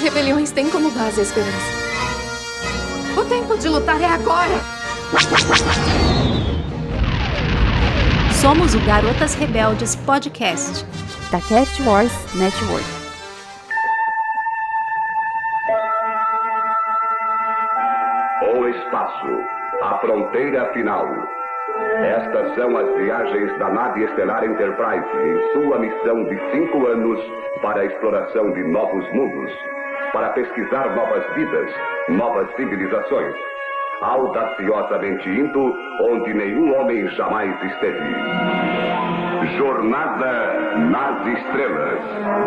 rebeliões têm como base a esperança. O tempo de lutar é agora! Somos o Garotas Rebeldes Podcast, da Cast Wars Network. O espaço, a fronteira final. Estas são as viagens da nave estelar Enterprise em sua missão de 5 anos para a exploração de novos mundos, para pesquisar novas vidas, novas civilizações, audaciosamente indo onde nenhum homem jamais esteve. Jornada nas Estrelas.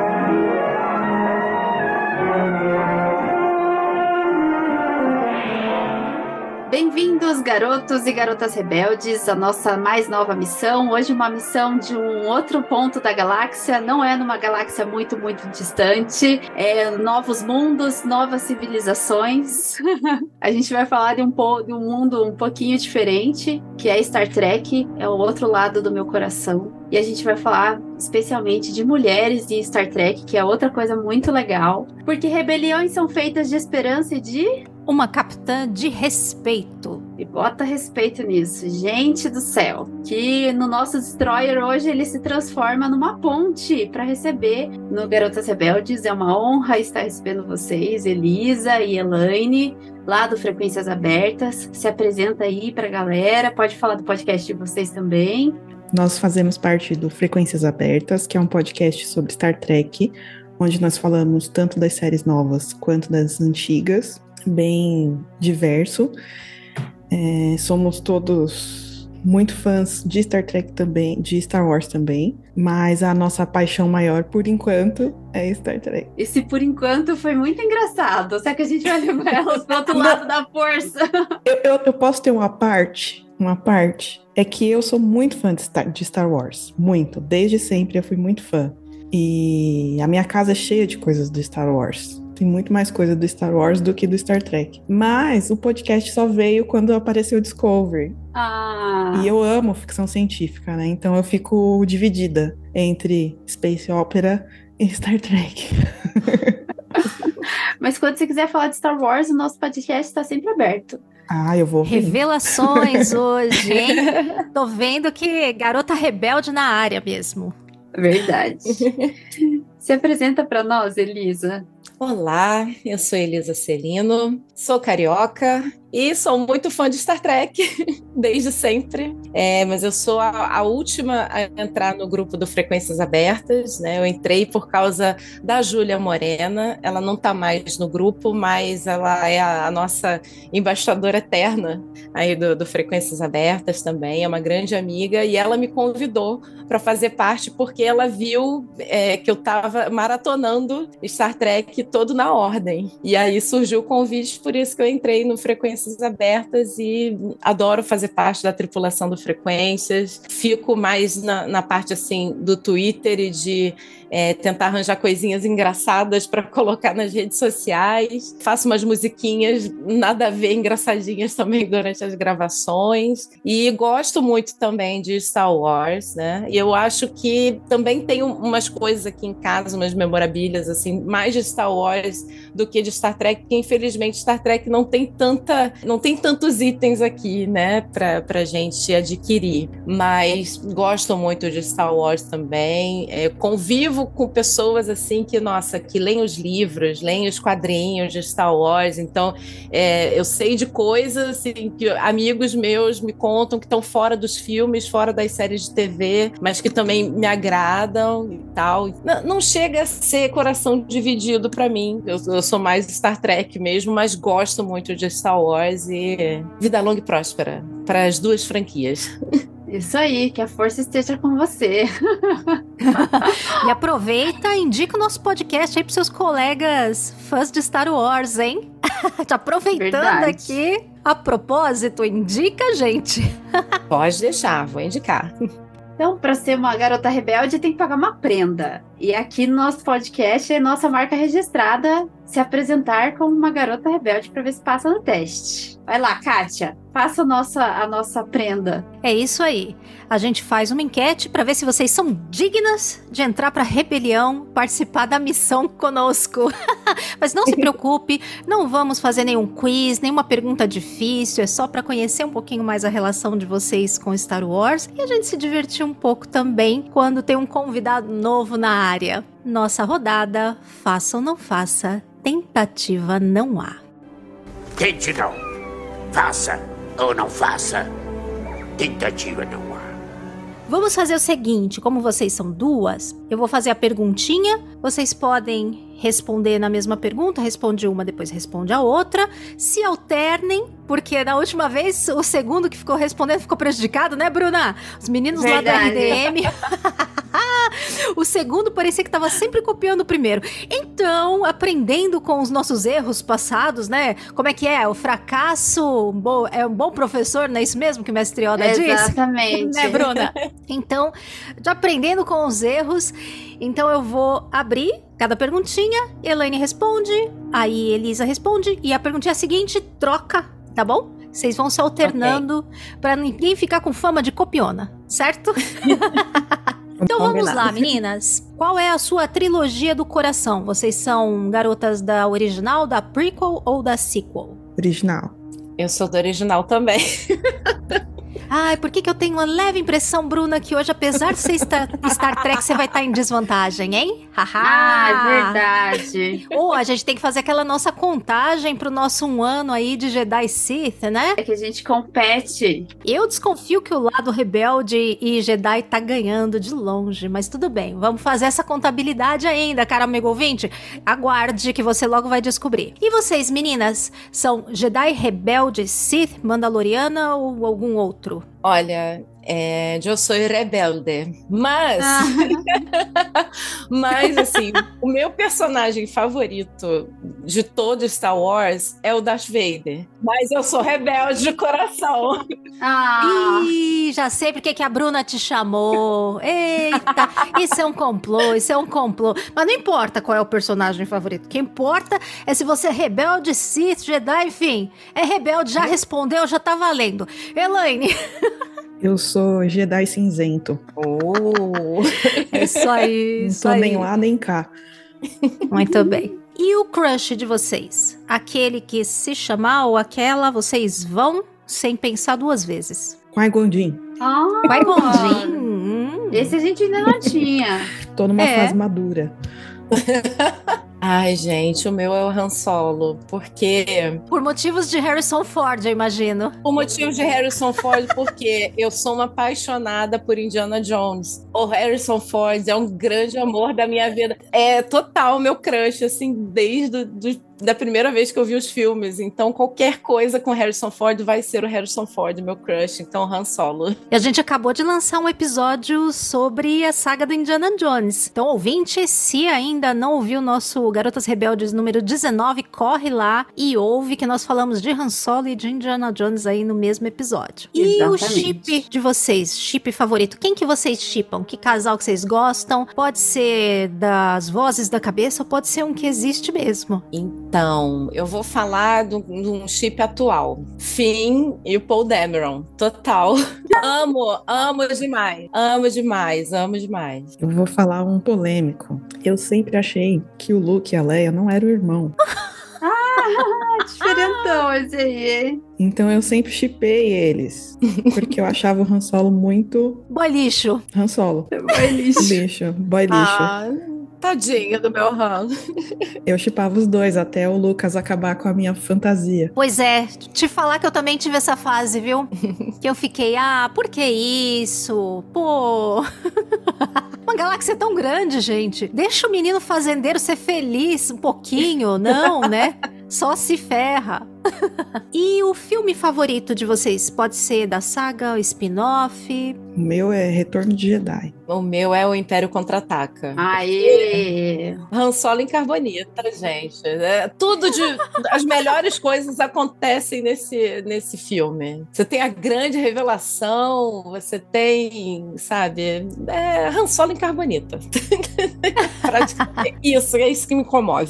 Bem-vindos, garotos e garotas rebeldes, à nossa mais nova missão. Hoje uma missão de um outro ponto da galáxia, não é numa galáxia muito, muito distante. É novos mundos, novas civilizações. A gente vai falar de um mundo um pouquinho diferente, que é Star Trek, é o outro lado do meu coração. E a gente vai falar especialmente de mulheres em Star Trek, que é outra coisa muito legal. Porque rebeliões são feitas de esperança e de... uma capitã de respeito. E bota respeito nisso. Gente do céu. Que no nosso Destroyer hoje ele se transforma numa ponte para receber no Garotas Rebeldes. É uma honra estar recebendo vocês, Elisa e Elaine, lá do Frequências Abertas. Se apresenta aí pra galera. Pode falar do podcast de vocês também. Nós fazemos parte do Frequências Abertas, que é um podcast sobre Star Trek, onde nós falamos tanto das séries novas quanto das antigas, bem diverso. Somos todos muito fãs de Star Trek também, de Star Wars também, mas a nossa paixão maior, por enquanto, é Star Trek. Esse por enquanto foi muito engraçado, só que a gente vai levar elas pro outro lado da força. Eu posso ter uma parte, é que eu sou muito fã de Star Wars, muito, desde sempre eu fui muito fã, e a minha casa é cheia de coisas do Star Wars. Tem muito mais coisa do Star Wars do que do Star Trek. Mas o podcast só veio quando apareceu o Discovery. E eu amo ficção científica, né? Então eu fico dividida entre Space Opera e Star Trek. Mas quando você quiser falar de Star Wars, o nosso podcast está sempre aberto. Eu vou ouvir. Revelações hoje, hein? Tô vendo que garota rebelde na área mesmo. Verdade. Se apresenta para nós, Elisa. Olá, eu sou Elisa Celino, sou carioca e sou muito fã de Star Trek, desde sempre. Mas eu sou a última a entrar no grupo do Frequências Abertas, né? Eu entrei por causa da Júlia Morena. Ela não está mais no grupo, mas ela é a nossa embaixadora eterna aí do Frequências Abertas também. É uma grande amiga e ela me convidou para fazer parte porque ela viu que eu estava maratonando Star Trek todo na ordem. E aí surgiu o convite, por isso que eu entrei no Frequências Abertas e adoro fazer parte da tripulação do Frequências. Fico mais na parte assim do Twitter e de tentar arranjar coisinhas engraçadas para colocar nas redes sociais. Faço umas musiquinhas nada a ver, engraçadinhas também durante as gravações. E gosto muito também de Star Wars, né? E eu acho que também tem umas coisas aqui em casa, umas memorabilias assim, mais de Star Wars do que de Star Trek, porque infelizmente Star Trek não tem tantos itens aqui, né, pra gente adquirir, mas gosto muito de Star Wars também. Convivo com pessoas assim que leem os livros, leem os quadrinhos de Star Wars, então eu sei de coisas assim, que amigos meus me contam que estão fora dos filmes, fora das séries de TV, mas que também me agradam e tal. Não chega a ser coração dividido para mim, eu sou mais Star Trek mesmo, mas gosto muito de Star Wars e vida longa e próspera para as duas franquias. Isso aí, que a força esteja com você. E aproveita e indica o nosso podcast aí pros seus colegas fãs de Star Wars, hein? Te aproveitando Verdade. Aqui, a propósito, indica a gente. Pode deixar, vou indicar. Então, para ser uma garota rebelde, tem que pagar uma prenda. E aqui no nosso podcast é nossa marca registrada se apresentar como uma garota rebelde para ver se passa no teste. Vai lá, Kátia, faça a nossa prenda. É isso aí. A gente faz uma enquete para ver se vocês são dignas de entrar para a rebelião, participar da missão conosco. Mas não se preocupe, não vamos fazer nenhum quiz, nenhuma pergunta difícil, é só para conhecer um pouquinho mais a relação de vocês com Star Wars e a gente se divertir um pouco também quando tem um convidado novo na área. Nossa rodada, faça ou não faça, tentativa não há. Tente não. Faça ou não faça, tentativa não há. Vamos fazer o seguinte, como vocês são duas, eu vou fazer a perguntinha, vocês podem responder na mesma pergunta, responde uma, depois responde a outra, se alternem, porque na última vez o segundo que ficou respondendo ficou prejudicado, né, Bruna? Os meninos lá do RDM... O segundo parecia que estava sempre copiando o primeiro. Então, aprendendo com os nossos erros passados, né? Como é que é? O fracasso é um bom professor, não é isso mesmo que o mestre Yoda disse? Exatamente. Né, Bruna? Então, já aprendendo com os erros, então eu vou abrir cada perguntinha, Elaine responde, aí Elisa responde, e a perguntinha seguinte troca, tá bom? Vocês vão se alternando para ninguém ficar com fama de copiona, certo? Então vamos lá, meninas. Qual é a sua trilogia do coração? Vocês são garotas da original, da prequel ou da sequel? Original. Eu sou do original também. Ai, por que eu tenho uma leve impressão, Bruna, que hoje, apesar de ser Star Trek, você vai estar em desvantagem, hein? Ah, verdade. Ou a gente tem que fazer aquela nossa contagem pro nosso 1 ano aí de Jedi Sith, né? É que a gente compete. Eu desconfio que o lado rebelde e Jedi tá ganhando de longe, mas tudo bem. Vamos fazer essa contabilidade ainda, cara amigo ouvinte. Aguarde que você logo vai descobrir. E vocês, meninas, são Jedi rebelde, Sith, Mandaloriana ou algum outro? Olha, eu sou rebelde, mas mas assim, o meu personagem favorito de todo Star Wars é o Darth Vader, mas eu sou rebelde de coração. Ih, já sei porque que a Bruna te chamou. Eita, isso é um complô, isso é um complô. Mas não importa qual é o personagem favorito, o que importa é se você é rebelde, Sith, Jedi, enfim, é rebelde, já respondeu, já tá valendo. Elaine. Eu sou Jedi cinzento. É isso aí, Não tô nem lá nem cá. Muito bem. E o crush de vocês? Aquele que se chamar ou aquela, vocês vão sem pensar duas vezes. Qui-Gon Jinn. Qui-Gon Jinn. Esse a gente ainda não tinha. Tô numa fase madura. Ai, gente, o meu é o Han Solo, porque... Por motivos de Harrison Ford, eu imagino. Por motivos de Harrison Ford, porque eu sou uma apaixonada por Indiana Jones. O Harrison Ford é um grande amor da minha vida. É total meu crush, assim, desde da primeira vez que eu vi os filmes. Então, qualquer coisa com Harrison Ford vai ser o Harrison Ford, meu crush. Então, Han Solo. E a gente acabou de lançar um episódio sobre a saga do Indiana Jones. Então, ouvinte, se ainda não ouviu o nosso Garotas Rebeldes número 19, corre lá e ouve que nós falamos de Han Solo e de Indiana Jones aí no mesmo episódio. E o chip de vocês, chip favorito, quem que vocês chipam? Que casal que vocês gostam? Pode ser das vozes da cabeça ou pode ser um que existe mesmo. Então, eu vou falar de um chip atual. Finn e o Paul Dameron. Total. Amo demais. Amo demais. Eu vou falar um polêmico. Eu sempre achei que o Luke e a Leia não eram irmão. Diferentão esse aí. Então eu sempre shippei eles. Porque eu achava o Han Solo muito... Boy lixo. Han Solo. Boy lixo. Bicho, boy lixo. Tadinha do meu Han. Eu shippava os dois até o Lucas acabar com a minha fantasia. Pois é, te falar que eu também tive essa fase, viu? Que eu fiquei, por que isso? Pô... Uma galáxia tão grande, gente. Deixa o menino fazendeiro ser feliz um pouquinho, não, né? Só se ferra. E o filme favorito de vocês? Pode ser da saga, o spin-off? O meu é Retorno de Jedi. O meu é o Império Contra-Ataca. Aê! Han Solo em carbonita, gente. As melhores coisas acontecem nesse filme. Você tem a grande revelação, você tem, sabe, Han Solo em carbonita. É isso que me comove.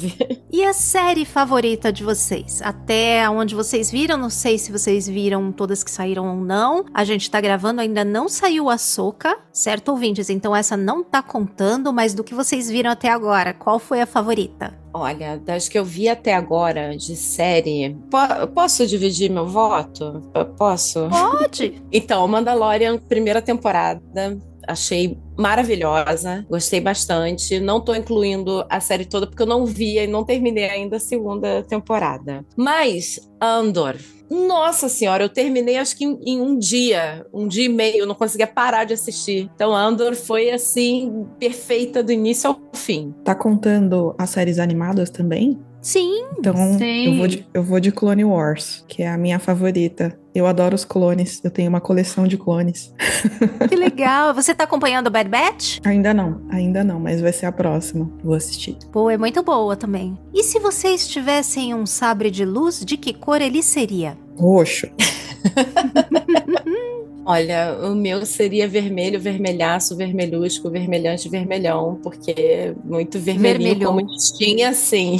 E a série favorita de vocês? Até onde vocês viram, não sei se vocês viram todas que saíram ou não. A gente tá gravando, ainda não saiu a Ahsoka, certo, ouvintes? Então essa não tá contando, mas do que vocês viram até agora, qual foi a favorita? Olha, das que eu vi até agora de série, posso dividir meu voto? Posso? Pode! Então, Mandalorian, primeira temporada, achei maravilhosa, gostei bastante. Não tô incluindo a série toda porque eu não vi e não terminei ainda a segunda temporada. Mas Andor, nossa senhora, eu terminei acho que em um dia e meio, eu não conseguia parar de assistir. Então Andor foi assim, perfeita do início ao fim. Tá contando as séries animadas também? Sim. Então Sim. eu vou de Clone Wars, que é a minha favorita. Eu adoro os clones, eu tenho uma coleção de clones. Que legal. Você tá acompanhando o Bad Batch? Ainda não, mas vai ser a próxima. Vou assistir. Pô, é muito boa também. E se vocês tivessem um sabre de luz, de que cor ele seria? Roxo. Olha, o meu seria vermelho, vermelhaço, vermelhusco, vermelhante, vermelhão, porque muito vermelhinho Vermelhão. como tinha, assim.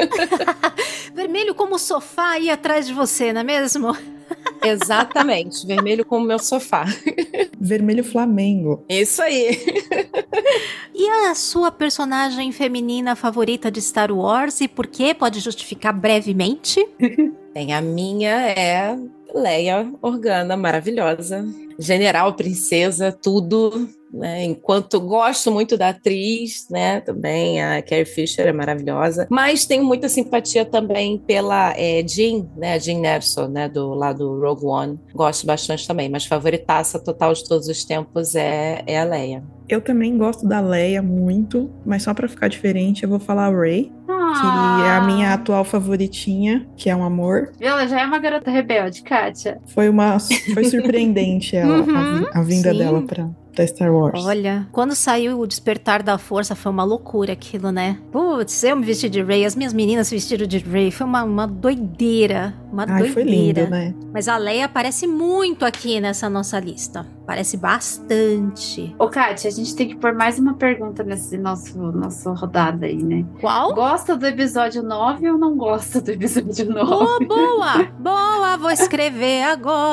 Vermelho como o sofá aí atrás de você, não é mesmo? Exatamente, vermelho como meu sofá. Vermelho Flamengo. Isso aí. E a sua personagem feminina favorita de Star Wars e por quê? Pode justificar brevemente? Tem a minha é Leia Organa, maravilhosa. General, princesa, tudo. Né? Enquanto gosto muito da atriz, né? Também a Carrie Fisher é maravilhosa. Mas tenho muita simpatia também pela Jean, né? Jean Erso, né? Lá do Rogue One. Gosto bastante também. Mas favoritaça total de todos os tempos é a Leia. Eu também gosto da Leia muito, mas só pra ficar diferente, eu vou falar a Rey, que é a minha atual favoritinha, que é um amor. Ela já é uma garota rebelde, Kátia. Foi surpreendente ela, Uhum, a vinda sim. dela pra Star Wars. Olha, quando saiu o Despertar da Força foi uma loucura aquilo, né? Putz, eu me vesti de Rey, as minhas meninas se vestiram de Rey, foi uma doideira, doideira. Foi lindo, né? Mas a Leia aparece muito aqui nessa nossa lista, parece bastante. Ô, Kátia, a gente tem que pôr mais uma pergunta nesse nosso rodada aí, né? Qual? Gosta do episódio 9 ou não gosta do episódio 9? Boa, vou escrever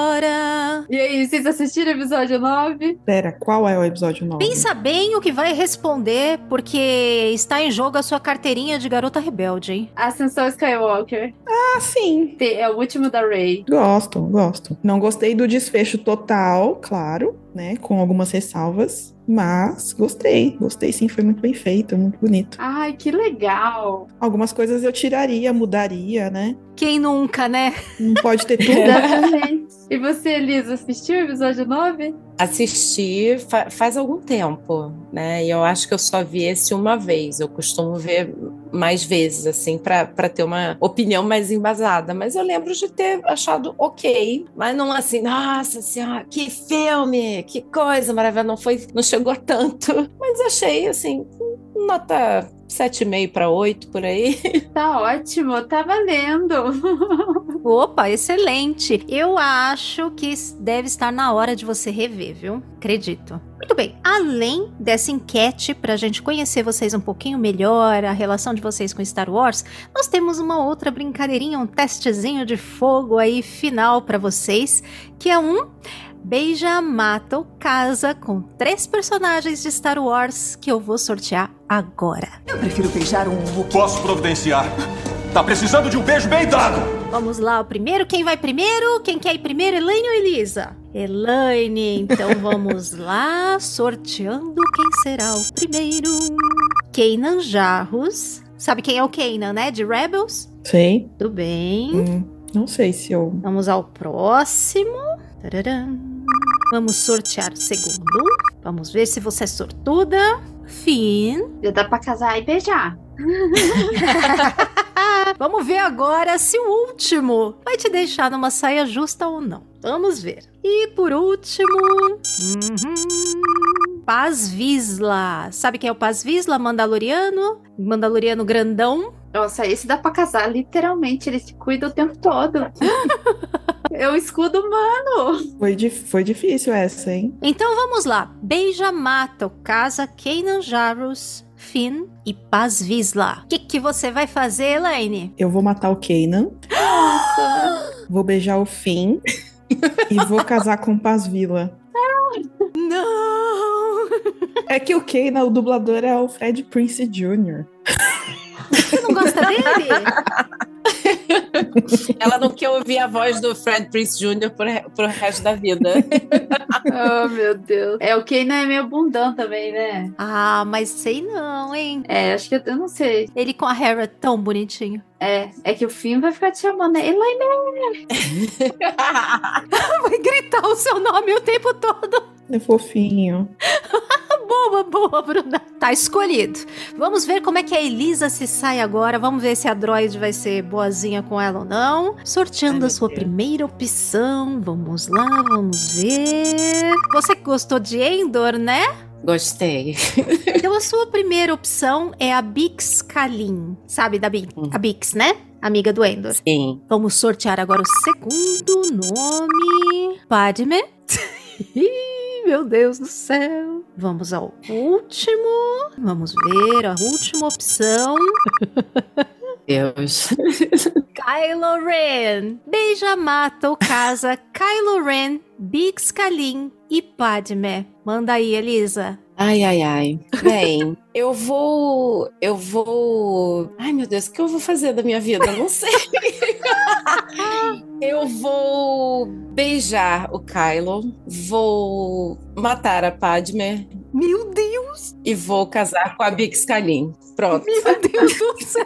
agora. E aí, vocês assistiram o episódio 9? Pera, qual é o episódio 9? Pensa bem o que vai responder, porque está em jogo a sua carteirinha de garota rebelde, hein? Ascensão Skywalker. Ah, sim. É o último da Rey. Gosto. Não gostei do desfecho total, claro, né? Com algumas ressalvas. Mas gostei sim, foi muito bem feito, muito bonito. Ai, que legal. Algumas coisas eu tiraria, mudaria, né? Quem nunca, né? Não pode ter tudo. Exatamente. E você, Elisa, assistiu o episódio 9? Assisti faz algum tempo, né? E eu acho que eu só vi esse uma vez. Eu costumo ver mais vezes, assim, para ter uma opinião mais embasada. Mas eu lembro de ter achado ok, mas não assim, nossa senhora, que filme, que coisa maravilhosa. Não chegou a tanto, mas achei, assim, nota 7,5 para 8 por aí. Tá ótimo, tá valendo. Opa, excelente. Eu acho que deve estar na hora de você rever, viu? Acredito. Muito bem. Além dessa enquete, pra gente conhecer vocês um pouquinho melhor, a relação de vocês com Star Wars, nós temos uma outra brincadeirinha, um testezinho de fogo aí final pra vocês, que é Beija, Mata ou Casa com 3 personagens de Star Wars que eu vou sortear agora. Eu prefiro beijar um Wookiee. Posso providenciar. Tá precisando de um beijo bem dado. Vamos lá, o primeiro. Quem vai primeiro? Quem quer ir primeiro, Elaine ou Elisa? Elaine, então vamos lá, sorteando quem será o primeiro. Kanan Jarrus. Sabe quem é o Kanan, né? De Rebels? Sei. Tudo bem. Não sei se eu... Vamos ao próximo. Tararam. Vamos sortear o segundo. Vamos ver se você é sortuda. Finn. Já dá pra casar e beijar. Vamos ver agora se o último vai te deixar numa saia justa ou não. Vamos ver. E por último... Paz Vizsla. Sabe quem é o Paz Vizsla? Mandaloriano. Mandaloriano grandão. Nossa, esse dá pra casar, literalmente. Ele se cuida o tempo todo. É o escudo humano. Foi difícil essa, hein? Então vamos lá. Beija, Mata ou Casa Kanan Jarrus, Finn e Paz Vizsla. O que você vai fazer, Elaine? Eu vou matar o Kanan. Vou beijar o Finn. E vou casar com Paz Vizsla. Não! É que o Kanan, o dublador, é o Fred Prinze Jr. Você não gosta dele? Ela não quer ouvir a voz do Fred Prinze Jr. pro resto da vida. Oh, meu Deus. O Kanan é meio bundão também, né? Ah, mas sei não, hein? Acho que eu não sei. Ele com a Hera tão bonitinho. É que o Finn vai ficar te chamando, né? Elaine! Vai gritar o seu nome o tempo todo. É fofinho. Boa, Bruna. Tá escolhido. Vamos ver como é que a Elisa se sai agora. Vamos ver se a droid vai ser boazinha com ela ou não. Sorteando a sua primeira opção. Vamos lá, vamos ver. Você que gostou de Endor, né? Gostei. Então a sua primeira opção é a Bix Kalin. Sabe a Bix, né? Amiga do Endor. Sim. Vamos sortear agora o segundo nome. Padme. Meu Deus do céu. Vamos ao último. Vamos ver a última opção. Deus. Kylo Ren. Beija, mata ou casa Kylo Ren, Bix Kalin e Padme. Manda aí, Elisa. Ai. Bem, eu vou... Ai, meu Deus, o que eu vou fazer da minha vida? Não sei. Eu vou beijar o Kylo, vou matar a Padme. Meu Deus! E vou casar com a Bix Kalin. Pronto. Meu Deus do céu!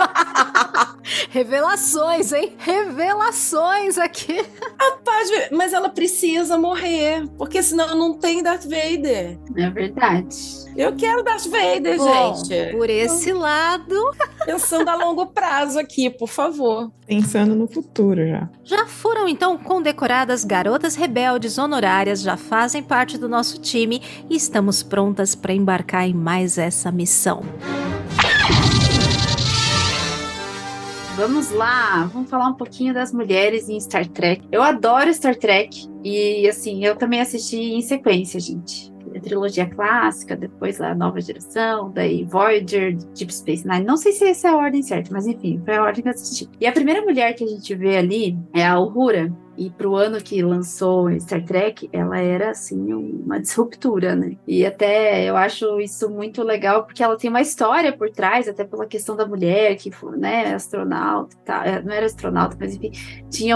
Revelações, hein? Revelações aqui. A Padme, mas ela precisa morrer, porque senão não tem Darth Vader. É verdade. Eu quero Darth Vader, Bom, gente. Por esse lado... Pensando a longo prazo aqui, por favor. Pensando no futuro já. Já foram então condecoradas garotas rebeldes honorárias, já fazem parte do nosso time e estamos prontas para embarcar em mais essa missão. Vamos lá, vamos falar um pouquinho das mulheres em Star Trek. Eu adoro Star Trek e, assim, eu também assisti em sequência, gente. A trilogia clássica, depois lá a nova geração, daí Voyager, Deep Space Nine. Não sei se essa é a ordem certa, mas enfim, foi a ordem que eu assisti. E a primeira mulher que a gente vê ali é a Uhura. E pro ano que lançou Star Trek, ela era, assim, uma disruptura, né? E até eu acho isso muito legal, porque ela tem uma história por trás, até pela questão da mulher, que foi, né, astronauta, tá? Não era astronauta, mas enfim, tinha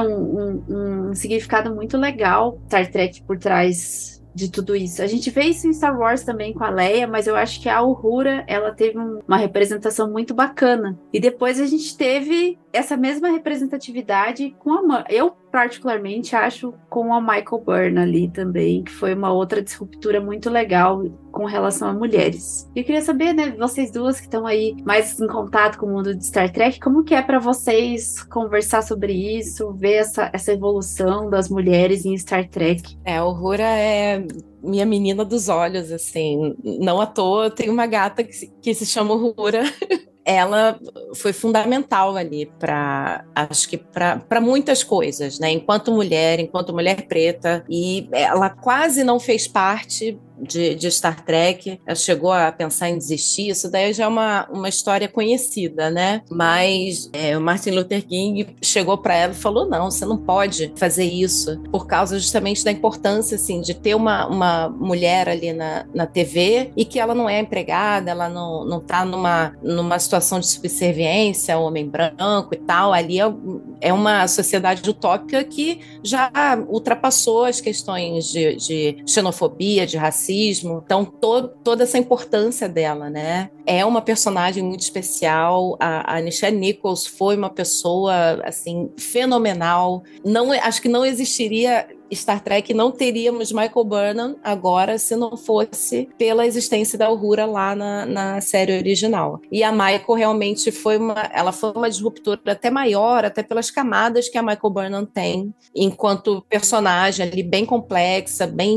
um significado muito legal, Star Trek por trás de tudo isso. A gente vê isso em Star Wars também com a Leia, mas eu acho que a Uhura, ela teve uma representação muito bacana. E depois a gente teve essa mesma representatividade com a... Eu, particularmente, acho com a Michael Byrne ali também, que foi uma outra disruptura muito legal com relação a mulheres. Eu queria saber, né, vocês duas que estão aí mais em contato com o mundo de Star Trek, como que é para vocês conversar sobre isso, ver essa evolução das mulheres em Star Trek? A Uhura é minha menina dos olhos, assim. Não à toa, tem uma gata que se chama Uhura. Ela foi fundamental ali acho que para muitas coisas, né? Enquanto mulher preta, e ela quase não fez parte de Star Trek, ela chegou a pensar em desistir, isso daí já é uma história conhecida, né? Mas o Martin Luther King chegou para ela e falou, não, você não pode fazer isso, por causa justamente da importância, assim, de ter uma mulher ali na TV, e que ela não é empregada, ela não tá numa situação de subserviência, homem branco e tal, ali é uma sociedade utópica que já ultrapassou as questões de xenofobia, de racismo. Então, toda essa importância dela, né? É uma personagem muito especial. A Nichelle Nichols foi uma pessoa, assim, fenomenal. Acho que não existiria Star Trek, não teríamos Michael Burnham agora se não fosse pela existência da Uhura lá na série original. E a Michael realmente foi uma disruptora até maior, até pelas camadas que a Michael Burnham tem enquanto personagem ali, bem complexa, bem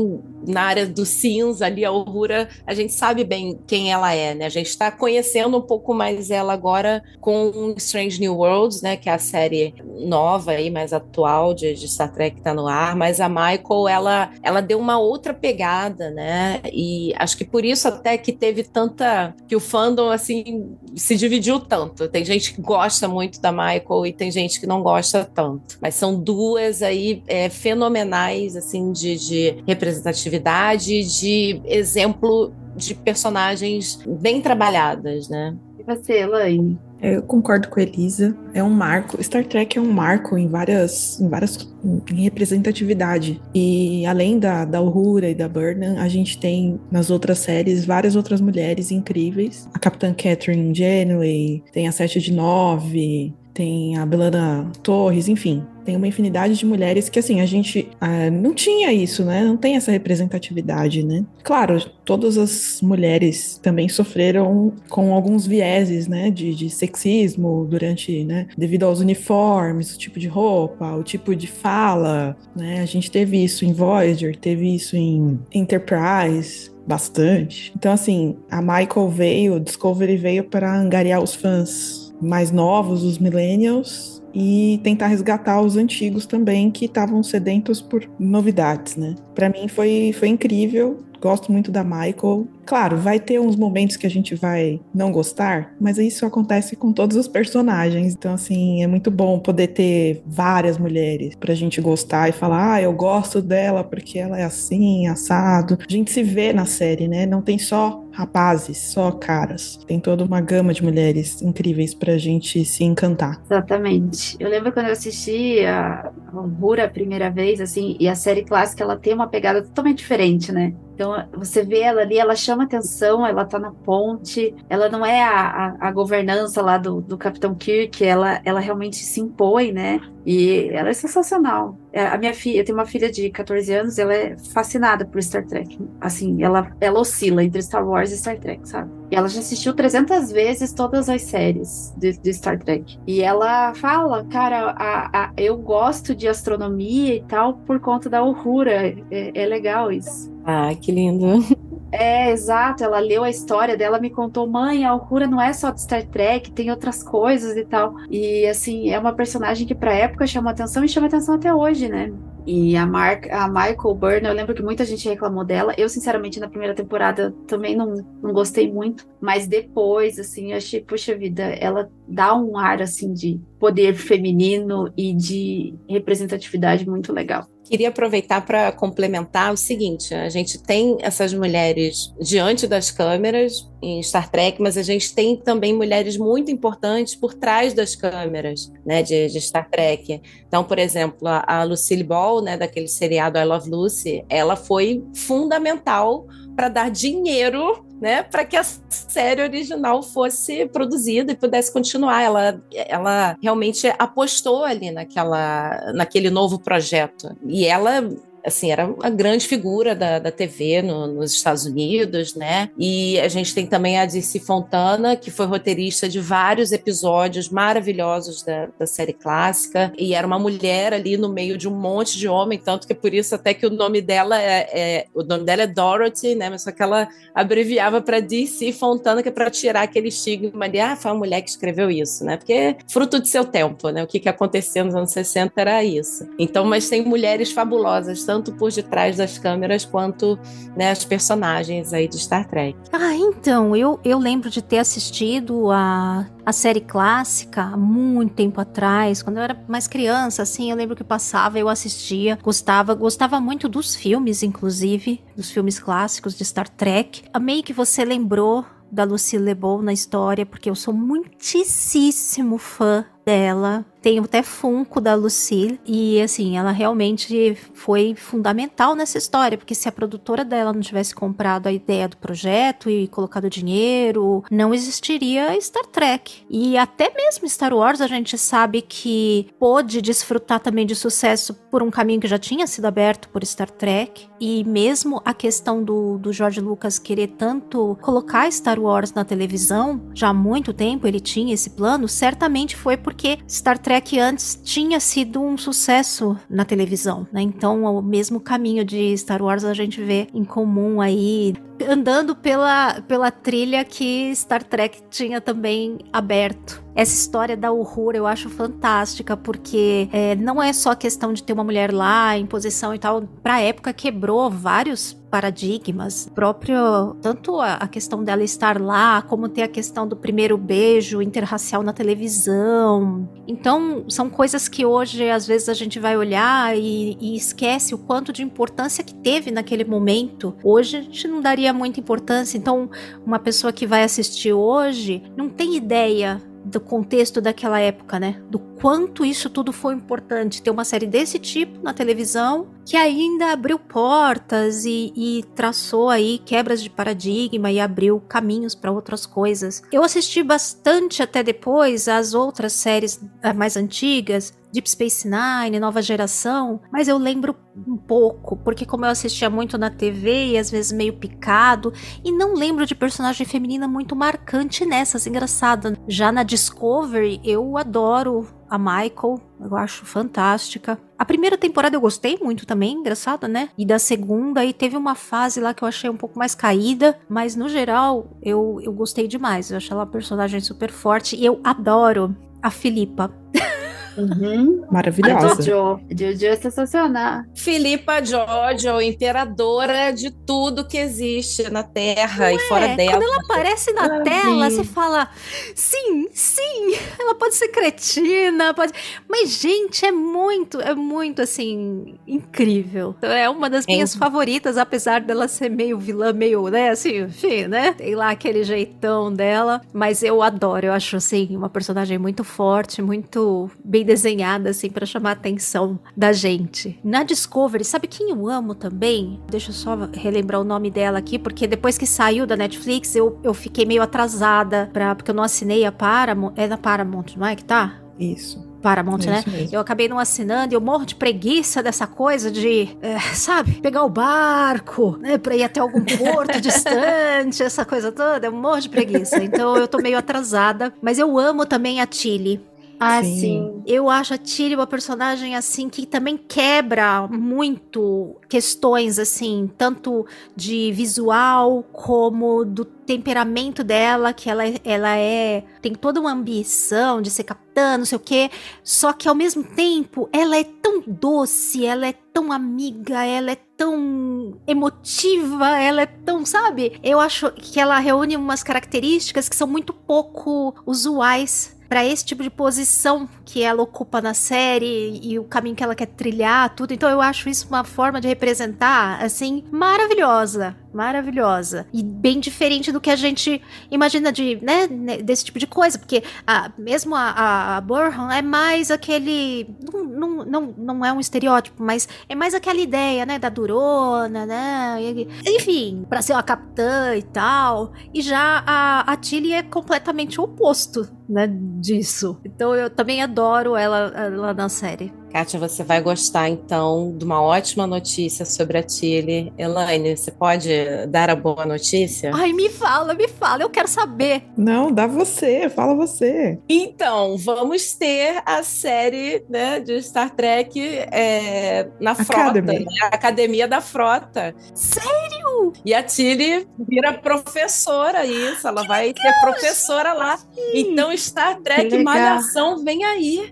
na área do cinza ali, a Uhura, a gente sabe bem quem ela é, né? A gente está conhecendo um pouco mais ela agora com Strange New Worlds, né? Que é a série nova aí, mais atual de Star Trek que tá no ar, mas a Michael, ela deu uma outra pegada, né? E acho que por isso até que teve tanta... que o fandom, assim, se dividiu tanto. Tem gente que gosta muito da Michael e tem gente que não gosta tanto. Mas são duas aí fenomenais, assim, de representatividade, de exemplo de personagens bem trabalhadas, né? E você, Elaine? Eu concordo com a Elisa. É um marco. Star Trek é um marco em representatividade. E além da Uhura e da Burnham, a gente tem nas outras séries várias outras mulheres incríveis. A Capitã Catherine Janeway, tem a 7 de 9, tem a B'Elanna Torres, enfim. Tem uma infinidade de mulheres que, assim, a gente não tinha isso, né? Não tem essa representatividade, né? Claro, todas as mulheres também sofreram com alguns vieses, né? De sexismo durante, né? Devido aos uniformes, o tipo de roupa, o tipo de fala, né? A gente teve isso em Voyager, teve isso em Enterprise, bastante. Então, assim, a Michael veio, o Discovery veio para angariar os fãs mais novos, os millennials, e tentar resgatar os antigos também, que estavam sedentos por novidades, né? Para mim foi incrível. Gosto muito da Michael. Claro, vai ter uns momentos que a gente vai não gostar, mas isso acontece com todos os personagens. Então, assim, é muito bom poder ter várias mulheres pra gente gostar e falar, eu gosto dela porque ela é assim, assado. A gente se vê na série, né? Não tem só rapazes, só caras. Tem toda uma gama de mulheres incríveis pra gente se encantar. Exatamente. Eu lembro quando eu assisti a Uhura a primeira vez, assim, e a série clássica, ela tem uma pegada totalmente diferente, né? Então, você vê ela ali, ela chama atenção, ela tá na ponte, ela não é a governança lá do Capitão Kirk, ela realmente se impõe, né? E ela é sensacional. A minha filha, eu tenho uma filha de 14 anos, ela é fascinada por Star Trek. Assim, ela oscila entre Star Wars e Star Trek, sabe? E ela já assistiu 300 vezes todas as séries de Star Trek. E ela fala, cara, eu gosto de astronomia e tal por conta da Uhura. É legal isso. Ah, que lindo. É, exato, ela leu a história dela, me contou, mãe, a Uhura não é só de Star Trek, tem outras coisas e tal. E, assim, é uma personagem que pra época chamou atenção e chama atenção até hoje, né? E a Michael Burnham, eu lembro que muita gente reclamou dela. Eu, sinceramente, na primeira temporada também não gostei muito. Mas depois, assim, eu achei, puxa vida, ela dá um ar, assim, de poder feminino e de representatividade muito legal. Queria aproveitar para complementar o seguinte, a gente tem essas mulheres diante das câmeras em Star Trek, mas a gente tem também mulheres muito importantes por trás das câmeras, né, de Star Trek. Então, por exemplo, a Lucille Ball, né, daquele seriado I Love Lucy, ela foi fundamental para dar dinheiro, né, para que a série original fosse produzida e pudesse continuar. Ela realmente apostou ali naquele novo projeto. E ela, assim, era uma grande figura da TV nos Estados Unidos, né? E a gente tem também a Dicey Fontana, que foi roteirista de vários episódios maravilhosos da série clássica, e era uma mulher ali no meio de um monte de homem, tanto que é por isso até que o nome dela é Dorothy, né? Mas só que ela abreviava para Dicey Fontana, que é para tirar aquele estigma de, foi uma mulher que escreveu isso, né? Porque fruto de seu tempo, né? O que aconteceu nos anos 60 era isso. Então, mas tem mulheres fabulosas, tanto por detrás das câmeras quanto, né, as personagens aí de Star Trek. Então, eu lembro de ter assistido a série clássica há muito tempo atrás, quando eu era mais criança, assim, eu lembro que passava, eu assistia, gostava muito dos filmes, inclusive, dos filmes clássicos de Star Trek. Amei que você lembrou da Lucille Ball na história, porque eu sou muitíssimo fã dela. Tenho até Funko da Lucille. E, assim, ela realmente foi fundamental nessa história, porque se a produtora dela não tivesse comprado a ideia do projeto e colocado dinheiro, não existiria Star Trek. E até mesmo Star Wars, a gente sabe que pôde desfrutar também de sucesso por um caminho que já tinha sido aberto por Star Trek. E mesmo a questão do George Lucas querer tanto colocar Star Wars na televisão, já há muito tempo ele tinha esse plano, certamente foi porque porque Star Trek antes tinha sido um sucesso na televisão, né? Então, o mesmo caminho de Star Wars a gente vê em comum aí, andando pela trilha que Star Trek tinha também aberto. Essa história da Uhura eu acho fantástica, porque não é só a questão de ter uma mulher lá em posição e tal. Pra época quebrou vários paradigmas, tanto a questão dela estar lá, como ter a questão do primeiro beijo interracial na televisão. Então, são coisas que hoje, às vezes, a gente vai olhar e esquece o quanto de importância que teve naquele momento. Hoje, a gente não daria muita importância. Então, uma pessoa que vai assistir hoje não tem ideia do contexto daquela época, né? Do quanto isso tudo foi importante. Ter uma série desse tipo na televisão, que ainda abriu portas e traçou aí quebras de paradigma e abriu caminhos para outras coisas. Eu assisti bastante até depois as outras séries mais antigas, Deep Space Nine, Nova Geração, mas eu lembro um pouco, porque como eu assistia muito na TV e às vezes meio picado, e não lembro de personagem feminina muito marcante nessas, engraçado. Já na Discovery, eu adoro a Michael, eu acho fantástica. A primeira temporada eu gostei muito também, engraçado, né? E da segunda, aí teve uma fase lá que eu achei um pouco mais caída, mas no geral, eu gostei demais. Eu achei ela uma personagem super forte e eu adoro a Philippa. Maravilhosa. A Jojo é sensacional. Philippa Jojo, imperadora de tudo que existe na Terra e fora dela. Quando ela aparece na tela, você fala, sim, ela pode ser cretina, mas gente, é muito assim, incrível. Então, é uma das minhas favoritas, apesar dela ser meio vilã, meio, né, assim, enfim, né, tem lá aquele jeitão dela, mas eu adoro, eu acho, assim, uma personagem muito forte, muito bem desenhada, assim, pra chamar a atenção da gente. Na Discovery, sabe quem eu amo também? Deixa eu só relembrar o nome dela aqui, porque depois que saiu da Netflix, eu fiquei meio atrasada, porque eu não assinei a Paramount. É da Paramount, não é que tá? Isso. Paramount, né? Mesmo. Eu acabei não assinando e eu morro de preguiça dessa coisa de, sabe, pegar o barco, né, pra ir até algum porto distante, essa coisa toda. Eu morro de preguiça. Então eu tô meio atrasada. Mas eu amo também a Tilly. Ah, sim. Eu acho a Tilly uma personagem, assim, que também quebra muito questões, assim, tanto de visual como do temperamento dela, que ela tem toda uma ambição de ser capitã, não sei o quê, só que ao mesmo tempo ela é tão doce, ela é tão amiga, ela é tão emotiva, ela é tão, sabe? Eu acho que ela reúne umas características que são muito pouco usuais para esse tipo de posição que ela ocupa na série e o caminho que ela quer trilhar, tudo. Então eu acho isso uma forma de representar, assim, maravilhosa. E bem diferente do que a gente imagina desse tipo de coisa, porque mesmo a Burnham é mais aquele, não é um estereótipo, mas é mais aquela ideia, né, da durona, né, enfim, pra ser uma capitã e tal. E já a Tilly é completamente o oposto, né, disso. Então eu também adoro ela na série. Kátia, você vai gostar, então, de uma ótima notícia sobre a Tilly. Elaine, você pode dar a boa notícia? Ai, me fala, eu quero saber. Não, dá você, fala você. Então, vamos ter a série, né, de Star Trek na frota, né, a Academia da Frota. Sério? E a Tilly vira professora, isso, ela vai ser professora lá. Então, Star Trek Malhação vem aí.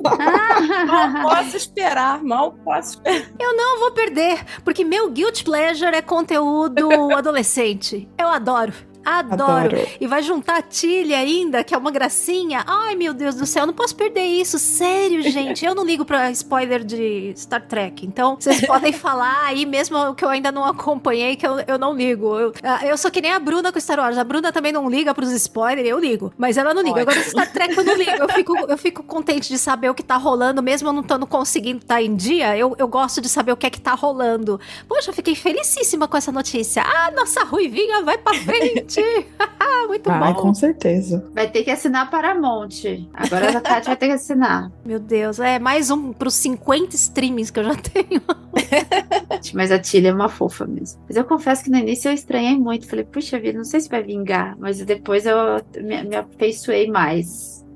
Mal posso esperar. Eu não vou perder, porque meu guilty pleasure é conteúdo adolescente. Eu adoro. E vai juntar a Tilly ainda, que é uma gracinha. Ai, meu Deus do céu, eu não posso perder isso. Sério, gente. Eu não ligo pra spoiler de Star Trek. Então, vocês podem falar aí, mesmo que eu ainda não acompanhei, que eu não ligo. Eu sou que nem a Bruna com Star Wars. A Bruna também não liga pros spoilers, eu ligo. Mas ela não liga. Agora, Star Trek eu não ligo. Eu fico contente de saber o que tá rolando, mesmo eu não estando conseguindo estar em dia. Eu gosto de saber o que é que tá rolando. Poxa, eu fiquei felicíssima com essa notícia. Nossa Ruivinha vai pra frente. Muito bom. Com certeza. Vai ter que assinar a Paramount. Agora a Kátia vai ter que assinar. Meu Deus, mais um pros 50 streamings que eu já tenho. Mas a Tilly é uma fofa mesmo. Mas eu confesso que no início eu estranhei muito. Falei, puxa vida, não sei se vai vingar. Mas depois eu me afeiçoei mais.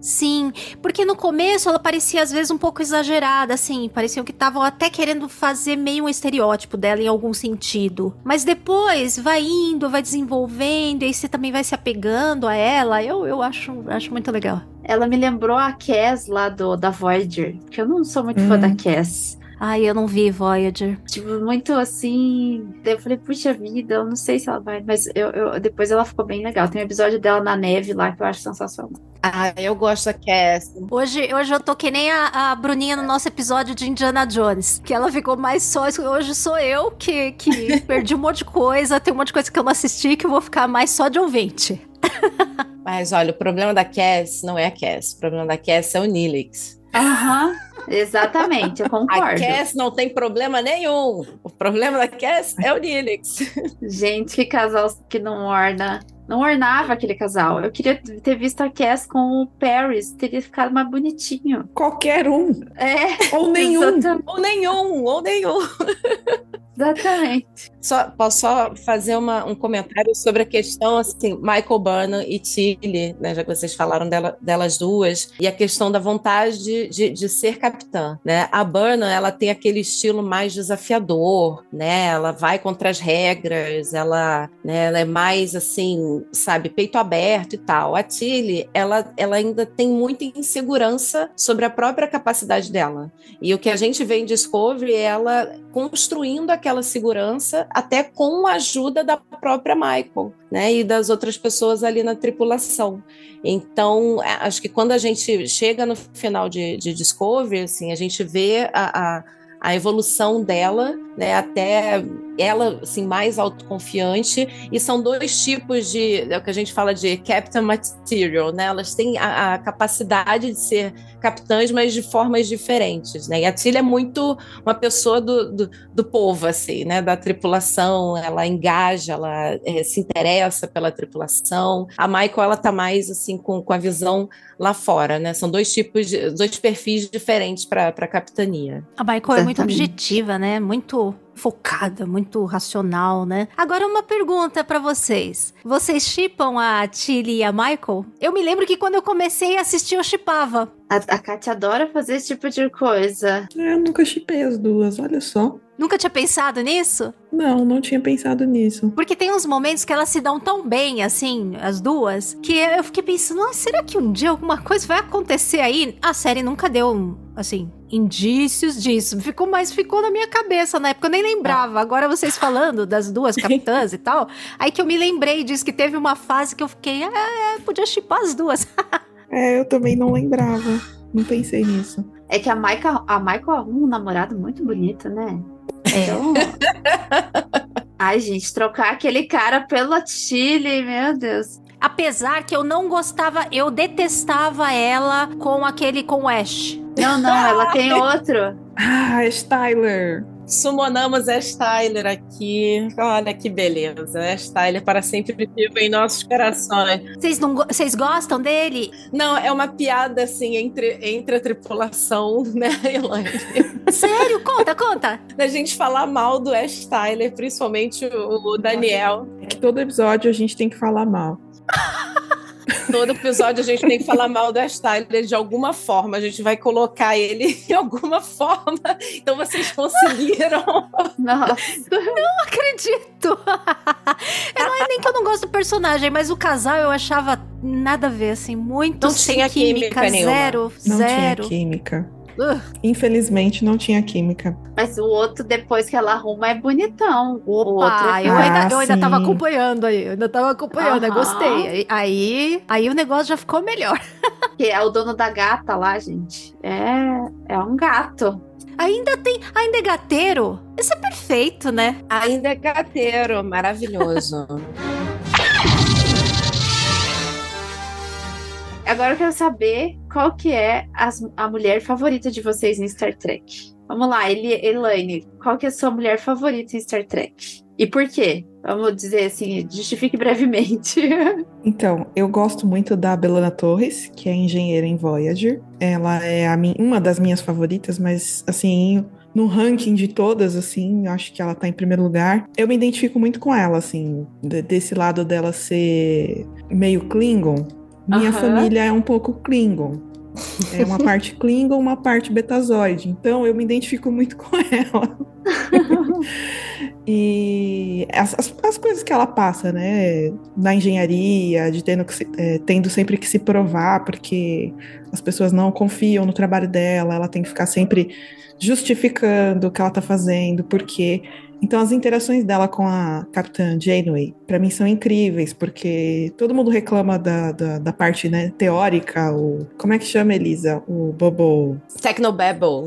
Sim, porque no começo ela parecia às vezes um pouco exagerada, assim, parecia que estavam até querendo fazer meio um estereótipo dela em algum sentido. Mas depois vai indo, vai desenvolvendo, e aí você também vai se apegando a ela. Eu acho muito legal. Ela me lembrou a Cass lá da Voyager, que eu não sou muito fã da Cass. Ai, eu não vi Voyager. Tipo, muito assim. Eu falei, puxa vida, eu não sei se ela vai. Mas depois ela ficou bem legal. Tem um episódio dela na neve lá que eu acho sensacional. Ah, eu gosto da Cass. Hoje eu tô que nem a Bruninha no nosso episódio de Indiana Jones, que ela ficou mais só. Hoje sou eu que perdi um monte de coisa, tem um monte de coisa que eu não assisti, que eu vou ficar mais só de ouvinte. Mas olha, o problema da Cass não é a Cass. O problema da Cass é o Neelix. Aham, exatamente, eu concordo. A Cass não tem problema nenhum. O problema da Cass é o Neelix. Gente, que casal que não orna. Não ornava aquele casal. Eu queria ter visto a Cass com o Paris. Teria ficado mais bonitinho. Qualquer um. É. Ou nenhum. Ou nenhum. Exatamente. Posso só fazer um comentário sobre a questão, assim, Michael Burnham e Tilly, né, já que vocês falaram delas duas, e a questão da vontade de ser capitã, né? A Burnham, ela tem aquele estilo mais desafiador, né? Ela vai contra as regras, ela é mais, assim, sabe, peito aberto e tal. A Tilly, ela ainda tem muita insegurança sobre a própria capacidade dela. E o que a gente vê em Discovery é ela construindo aquela segurança até com a ajuda da própria Michael, né, e das outras pessoas ali na tripulação. Então, acho que quando a gente chega no final de Discovery, assim, a gente vê a evolução dela, né, até ela, assim, mais autoconfiante, e são dois tipos é o que a gente fala de Captain Material, né, elas têm a capacidade de ser capitãs, mas de formas diferentes, né, e a Tilly é muito uma pessoa do povo, assim, né, da tripulação, ela engaja, ela se interessa pela tripulação. A Michael, ela tá mais, assim, com a visão lá fora, né, são dois perfis diferentes para a capitania. A Michael é muito objetiva, né, muito focada, muito racional, né? Agora uma pergunta pra vocês. Vocês shippam a Tilly e a Michael? Eu me lembro que quando eu comecei a assistir, eu shippava. A Kátia adora fazer esse tipo de coisa. Eu nunca shippei as duas, olha só. Nunca tinha pensado nisso? Não tinha pensado nisso. Porque tem uns momentos que elas se dão tão bem, assim, as duas, que eu fiquei pensando, nossa, será que um dia alguma coisa vai acontecer aí? A série nunca deu, assim, indícios disso. Ficou na minha cabeça na época, eu nem lembrava. Agora vocês falando das duas capitãs e tal, aí que eu me lembrei disso, que teve uma fase que eu fiquei, podia shippar as duas. Eu também não lembrava. Não pensei nisso. É que a Michael arruma um namorado muito bonito, né? Então... Ai, gente, trocar aquele cara pela Tilly, meu Deus. Apesar que eu não gostava, eu detestava ela com o Ash. Não, ela tem outro. Ash Tyler. Sumonamos Ash Tyler aqui. Olha que beleza. Ash Tyler para sempre vivo em nossos corações. Vocês gostam dele? Não, é uma piada, assim, entre a tripulação, né, Elaine? Sério? Conta. Da gente falar mal do Ash Tyler, principalmente o Daniel. É que todo episódio a gente tem que falar mal. Todo episódio a gente tem que falar mal do Ash Tyler de alguma forma. A gente vai colocar ele de alguma forma. Então vocês conseguiram. Nossa. Não acredito. Não é nem que eu não gosto do personagem, mas o casal eu achava nada a ver, assim, muito não sem tinha química zero. Não tinha química. Infelizmente não tinha química. Mas o outro, depois que ela arruma, é bonitão. O outro eu ainda tava acompanhando aí. Eu gostei. Aí o negócio já ficou melhor. Que é o dono da gata lá, gente. É um gato. Ainda é gateiro. Isso é perfeito, né? Ainda é gateiro, maravilhoso. Agora eu quero saber qual que é a mulher favorita de vocês em Star Trek. Vamos lá, Elaine, qual que é a sua mulher favorita em Star Trek? E por quê? Vamos dizer assim, justifique brevemente. Então, eu gosto muito da B'Elanna Torres, que é engenheira em Voyager. Ela é uma das minhas favoritas, mas assim, no ranking de todas, assim, eu acho que ela tá em primeiro lugar. Eu me identifico muito com ela, assim, desse lado dela ser meio Klingon. Minha família é um pouco Klingon. É uma parte Klingon, uma parte Betazoide. Então eu me identifico muito com ela. E as coisas que ela passa, né? Na engenharia, de tendo sempre que se provar, porque as pessoas não confiam no trabalho dela, ela tem que ficar sempre justificando o que ela tá fazendo, porque... Então, as interações dela com a Capitã Janeway, para mim, são incríveis, porque todo mundo reclama da parte, né, teórica, como é que chama, Elisa? O Bobo... Technobabble.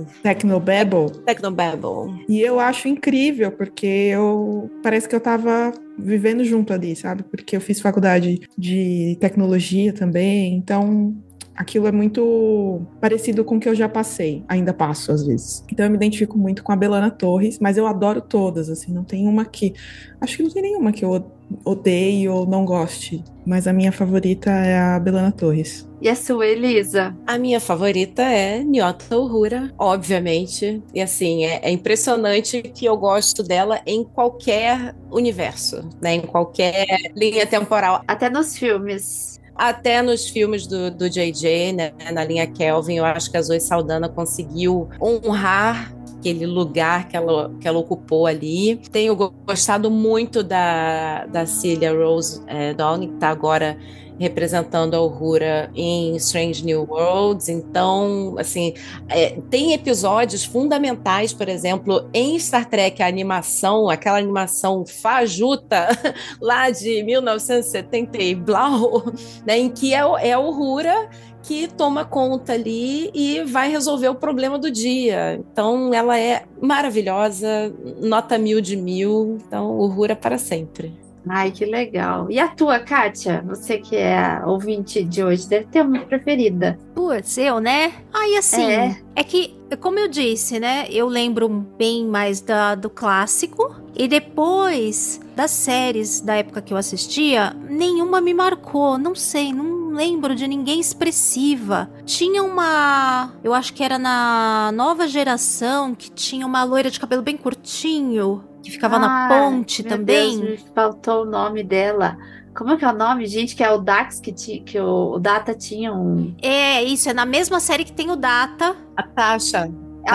E eu acho incrível, porque parece que eu tava vivendo junto ali, sabe? Porque eu fiz faculdade de tecnologia também, então... Aquilo é muito parecido com o que eu já passei, ainda passo às vezes. Então eu me identifico muito com a B'Elanna Torres, mas eu adoro todas, assim, não tem uma que... Acho que não tem nenhuma que eu odeie ou não goste, mas a minha favorita é a B'Elanna Torres. E a sua, Elisa? A minha favorita é Nyota Uhura, obviamente. E assim, é impressionante que eu gosto dela em qualquer universo, né? Em qualquer linha temporal. Até nos filmes. Até nos filmes do JJ, né, na linha Kelvin, eu acho que a Zoe Saldana conseguiu honrar aquele lugar que ela ocupou ali. Tenho gostado muito da Celia Rose Dawning, que está agora representando a Uhura em Strange New Worlds. Então, assim, tem episódios fundamentais, por exemplo, em Star Trek, a animação, aquela animação fajuta lá de 1970 e blau, né, em que é a Uhura que toma conta ali e vai resolver o problema do dia. Então, ela é maravilhosa, nota 1000 de 1000, então, Uhura para sempre. Ai, que legal. E a tua, Kátia? Você que é a ouvinte de hoje, deve ter uma preferida. Putz, eu, né? Aí, assim, é que, como eu disse, né? Eu lembro bem mais do clássico. E depois das séries da época que eu assistia, nenhuma me marcou. Não sei, não lembro de ninguém expressiva. Tinha uma... Eu acho que era na Nova Geração, que tinha uma loira de cabelo bem curtinho, que ficava na ponte também. Deus, me faltou o nome dela. Como é que é o nome, gente? Que é o Dax, que o Data tinha um... É, isso, é na mesma série que tem o Data. A Tasha.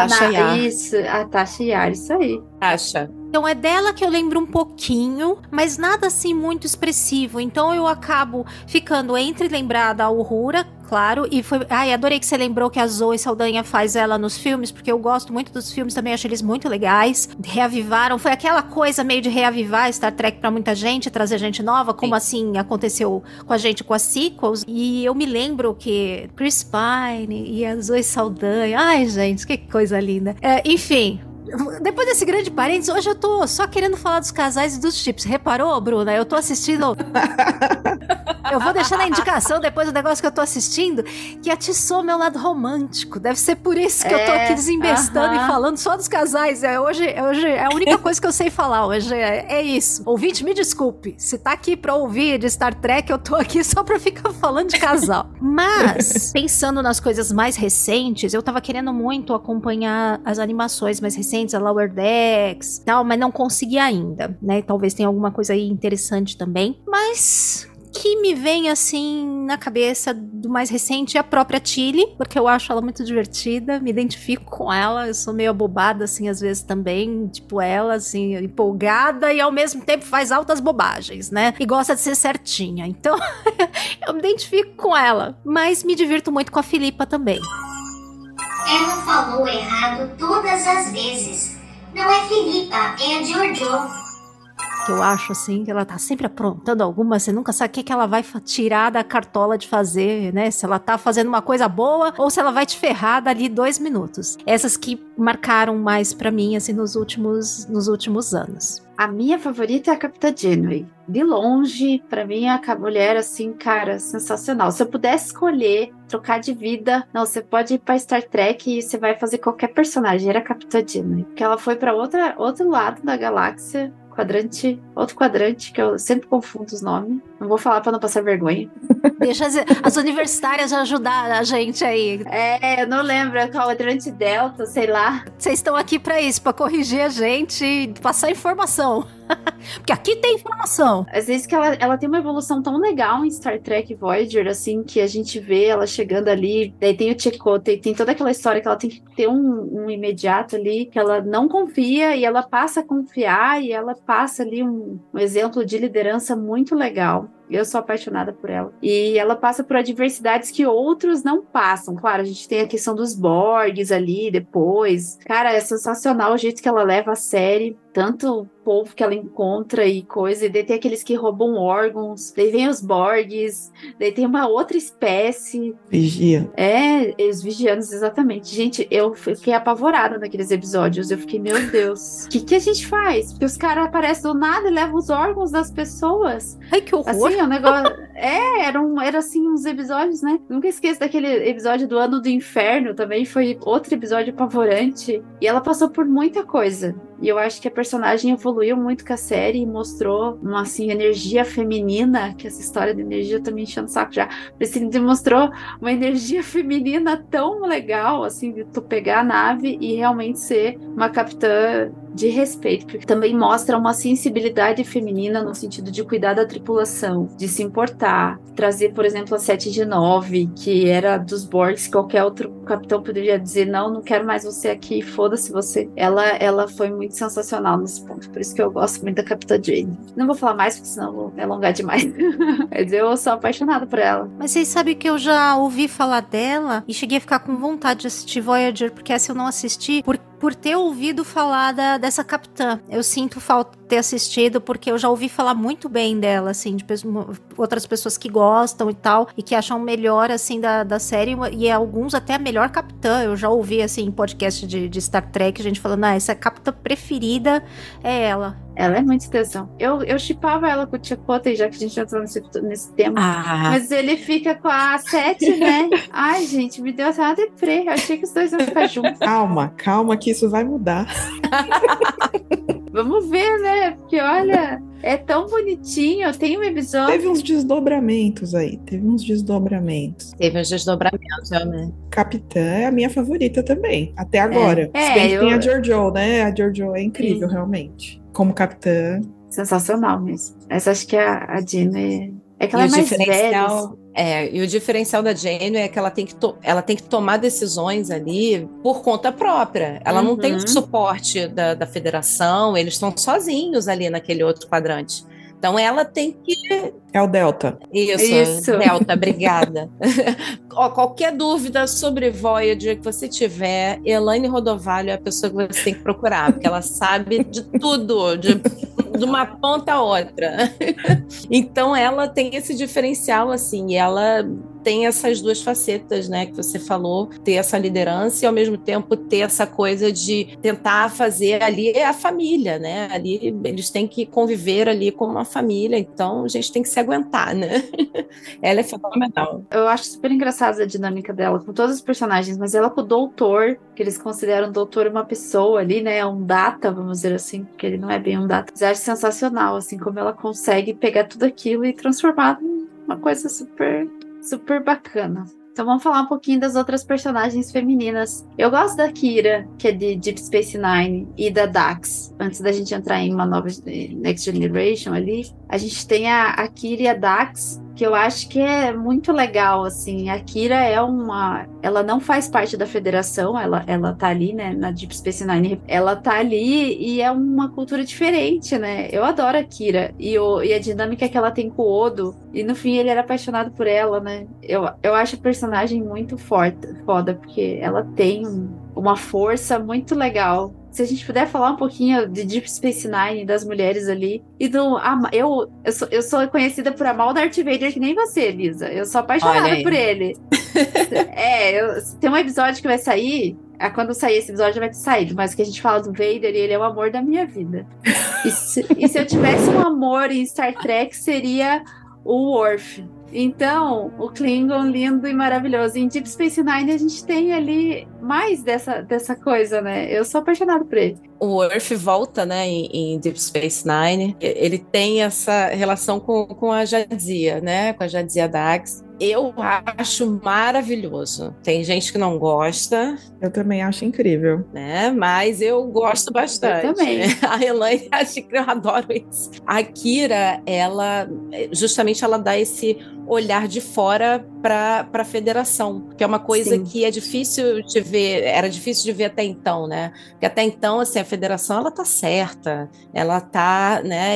Isso, a Tasha Yar, isso aí. Tasha. Então é dela que eu lembro um pouquinho, mas nada assim muito expressivo. Então eu acabo ficando entre lembrar da Uhura, claro, e foi... Ai, adorei que você lembrou que a Zoe Saldanha faz ela nos filmes, porque eu gosto muito dos filmes também, acho eles muito legais. Reavivaram, foi aquela coisa meio de reavivar Star Trek pra muita gente, trazer gente nova, como assim aconteceu com a gente com as sequels. E eu me lembro que Chris Pine e a Zoe Saldanha, ai gente, que coisa linda. Enfim... Depois desse grande parênteses, hoje eu tô só querendo falar dos casais e dos chips. Reparou, Bruna? Eu tô assistindo... Eu vou deixar na indicação, depois do negócio que eu tô assistindo, que atiçou o meu lado romântico. Deve ser por isso que eu tô aqui desembestando e falando só dos casais. Hoje é a única coisa que eu sei falar hoje. É isso. Ouvinte, me desculpe. Se tá aqui pra ouvir de Star Trek, eu tô aqui só pra ficar falando de casal. Mas, pensando nas coisas mais recentes, eu tava querendo muito acompanhar as animações mais recentes, a Lower Decks e tal, mas não consegui ainda, né? Talvez tenha alguma coisa aí interessante também. Mas... que me vem assim na cabeça do mais recente é a própria Tilly, porque eu acho ela muito divertida, me identifico com ela, eu sou meio abobada assim às vezes também, tipo ela assim, empolgada e ao mesmo tempo faz altas bobagens, né? E gosta de ser certinha, então eu me identifico com ela, mas me divirto muito com a Filipa também. Ela falou errado todas as vezes. Não é Filipa, é a Giorgio. Que eu acho, assim, que ela tá sempre aprontando alguma, você nunca sabe o que ela vai tirar da cartola de fazer, né? Se ela tá fazendo uma coisa boa ou se ela vai te ferrar dali 2 minutos. Essas que marcaram mais pra mim, assim, nos últimos anos. A minha favorita é a Capitã Janeway. De longe, pra mim, é a mulher, assim, cara, sensacional. Se eu pudesse escolher, trocar de vida, não, você pode ir pra Star Trek e você vai fazer qualquer personagem. Era a Capitã Janeway. Porque ela foi pra outro lado da galáxia, outro quadrante, que eu sempre confundo os nomes. Não vou falar pra não passar vergonha. Deixa as universitárias ajudar a gente aí. Eu não lembro, é o quadrante Delta, sei lá. Vocês estão aqui pra isso, pra corrigir a gente e passar informação. Porque aqui tem informação. Às vezes que ela tem uma evolução tão legal em Star Trek Voyager, assim, que a gente vê ela chegando ali, daí tem o Chakotay, tem toda aquela história que ela tem que ter um imediato ali, que ela não confia e ela passa a confiar e ela passa ali um exemplo de liderança muito legal. Eu sou apaixonada por ela. E ela passa por adversidades que outros não passam. Claro, a gente tem a questão dos Borgs ali depois. Cara, é sensacional o jeito que ela leva a série. Tanto o povo que ela encontra e coisa. E daí tem aqueles que roubam órgãos. Daí vem os Borgs. Daí tem uma outra espécie. Vigia. É, os vigianos, exatamente. Gente, eu fiquei apavorada naqueles episódios. Eu fiquei, meu Deus, o que a gente faz? Porque os caras aparecem do nada e levam os órgãos das pessoas. Ai, que horror. Assim, o negócio... era assim uns episódios, né? Nunca esqueço daquele episódio do Ano do Inferno também. Foi outro episódio apavorante. E ela passou por muita coisa. E eu acho que a personagem evoluiu muito com a série e mostrou uma, assim, energia feminina, que essa história de energia tá me enchendo o saco já. Priscila demonstrou uma energia feminina tão legal, assim, de tu pegar a nave e realmente ser uma capitã de respeito, porque também mostra uma sensibilidade feminina no sentido de cuidar da tripulação, de se importar, trazer, por exemplo, a 7 de 9, que era dos Borgs, qualquer outro capitão poderia dizer, não quero mais você aqui, foda-se você. Ela foi muito sensacional nesse ponto, por isso que eu gosto muito da Capitã Jane. Não vou falar mais, porque senão vou me alongar demais. Mas eu sou apaixonada por ela. Mas vocês sabem que eu já ouvi falar dela e cheguei a ficar com vontade de assistir Voyager, porque essa eu não assisti, por ter ouvido falar dessa capitã. Eu sinto falta de ter assistido, porque eu já ouvi falar muito bem dela, assim, de outras pessoas que gostam e tal, e que acham melhor, assim, da série, e alguns até a melhor capitã. Eu já ouvi, assim, em podcast de Star Trek, gente falando, essa capitã preferida é ela. Ela é muito tesão. Eu shippava ela com o Chakotay, já que a gente entrou nesse tema. Mas ele fica com a 7, né? Ai, gente, me deu até uma deprê. Eu achei que os dois iam ficar juntos. Calma que isso vai mudar. Vamos ver, né? Porque, olha, é tão bonitinho. Tem um episódio... Teve uns desdobramentos aí. Teve uns desdobramentos, realmente. Capitã é a minha favorita também, até agora. Se bem que tem a Georgiou, né? A Georgiou é incrível, realmente. Como capitã. Sensacional mesmo. Essa acho que a Jane é que ela é mais velha. E o diferencial da Jane é que ela tem que tomar decisões ali por conta própria. Ela não tem o suporte da federação, eles estão sozinhos ali naquele outro quadrante. Então ela tem que... É o Delta. Isso. Delta, obrigada. Qualquer dúvida sobre Voyager que você tiver, Elaine Rodovalho é a pessoa que você tem que procurar, porque ela sabe de tudo, de uma ponta a outra. Então ela tem esse diferencial, assim, e ela tem essas duas facetas, né, que você falou, ter essa liderança e ao mesmo tempo ter essa coisa de tentar fazer ali a família, né, ali eles têm que conviver ali como uma família, então a gente tem que se aguentar, né. Ela é fenomenal. Eu acho super engraçada a dinâmica dela com todos os personagens, mas ela com o doutor, que eles consideram o doutor uma pessoa ali, né, um data, vamos dizer assim, porque ele não é bem um data. Eu acho sensacional, assim, como ela consegue pegar tudo aquilo e transformar numa coisa super bacana. Então vamos falar um pouquinho das outras personagens femininas. Eu gosto da Kira, que é de Deep Space Nine, e da Dax. Antes da gente entrar em uma nova Next Generation ali, a gente tem a Kira e a Dax, que eu acho que é muito legal, assim. A Kira ela não faz parte da federação, ela tá ali, né, na Deep Space Nine. Ela tá ali e é uma cultura diferente, né? Eu adoro a Kira e a dinâmica que ela tem com o Odo. E no fim ele era apaixonado por ela, né? Eu acho a personagem muito foda, porque ela tem uma força muito legal. Se a gente puder falar um pouquinho de Deep Space Nine, das mulheres ali. E eu sou conhecida por amar o Darth Vader, que nem você, Elisa. Eu sou apaixonada por ele. Tem um episódio que vai sair. Quando sair esse episódio já vai ter saído. Mas que a gente fala do Vader, e ele é o amor da minha vida. E se eu tivesse um amor em Star Trek, seria o Worf. Então, o Klingon lindo e maravilhoso. Em Deep Space Nine a gente tem ali mais dessa coisa, né? Eu sou apaixonada por ele. O Worf volta, né, em Deep Space Nine. Ele tem essa relação com a Jadzia, né? Com a Jadzia Dax. Eu acho maravilhoso. Tem gente que não gosta. Eu também acho incrível. Né? Mas eu gosto bastante. Eu também. A Elaine, acho que eu adoro isso. A Kira, ela dá esse olhar de fora para a federação, que é uma coisa Sim. que é difícil de ver, era difícil de ver até então, né? Porque até então, assim, a federação, ela tá certa, ela tá, né?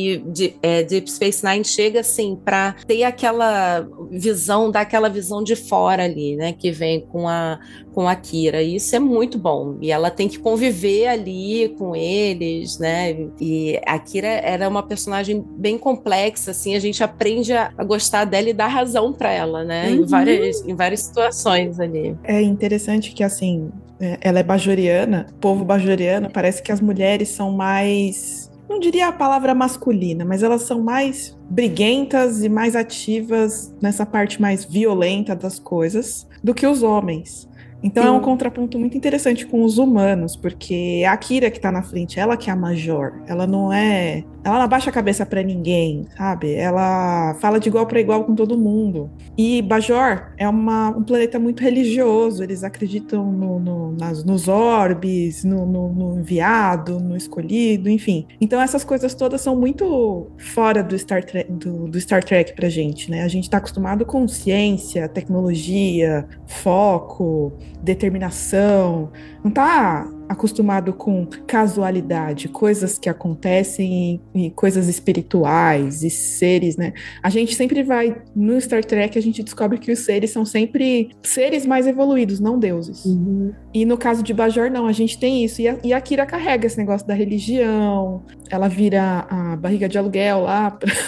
Deep Space Nine chega, assim, para ter aquela visão, dar aquela visão de fora ali, né? Que vem com a Kira, e isso é muito bom, e ela tem que conviver ali com eles, né, e a Kira era uma personagem bem complexa, assim, a gente aprende a gostar dela e dar razão para ela, né, em várias situações ali. É interessante que, assim, ela é bajoriana, povo bajoriano, parece que as mulheres são mais, não diria a palavra masculina, mas elas são mais briguentas e mais ativas nessa parte mais violenta das coisas do que os homens. Então é um contraponto muito interessante com os humanos, porque é a Kira que tá na frente, ela que é a Major, ela não abaixa a cabeça pra ninguém, sabe? Ela fala de igual para igual com todo mundo. E Bajor é um planeta muito religioso, eles acreditam nos orbes, no enviado, no escolhido, enfim. Então essas coisas todas são muito fora do Star Trek pra gente, né? A gente tá acostumado com ciência, tecnologia, foco, determinação, não tá acostumado com casualidade, coisas que acontecem e coisas espirituais e seres, né? A gente sempre vai, no Star Trek, a gente descobre que os seres são sempre seres mais evoluídos, não deuses. E no caso de Bajor, não, a gente tem isso. E a Kira carrega esse negócio da religião, ela vira a barriga de aluguel lá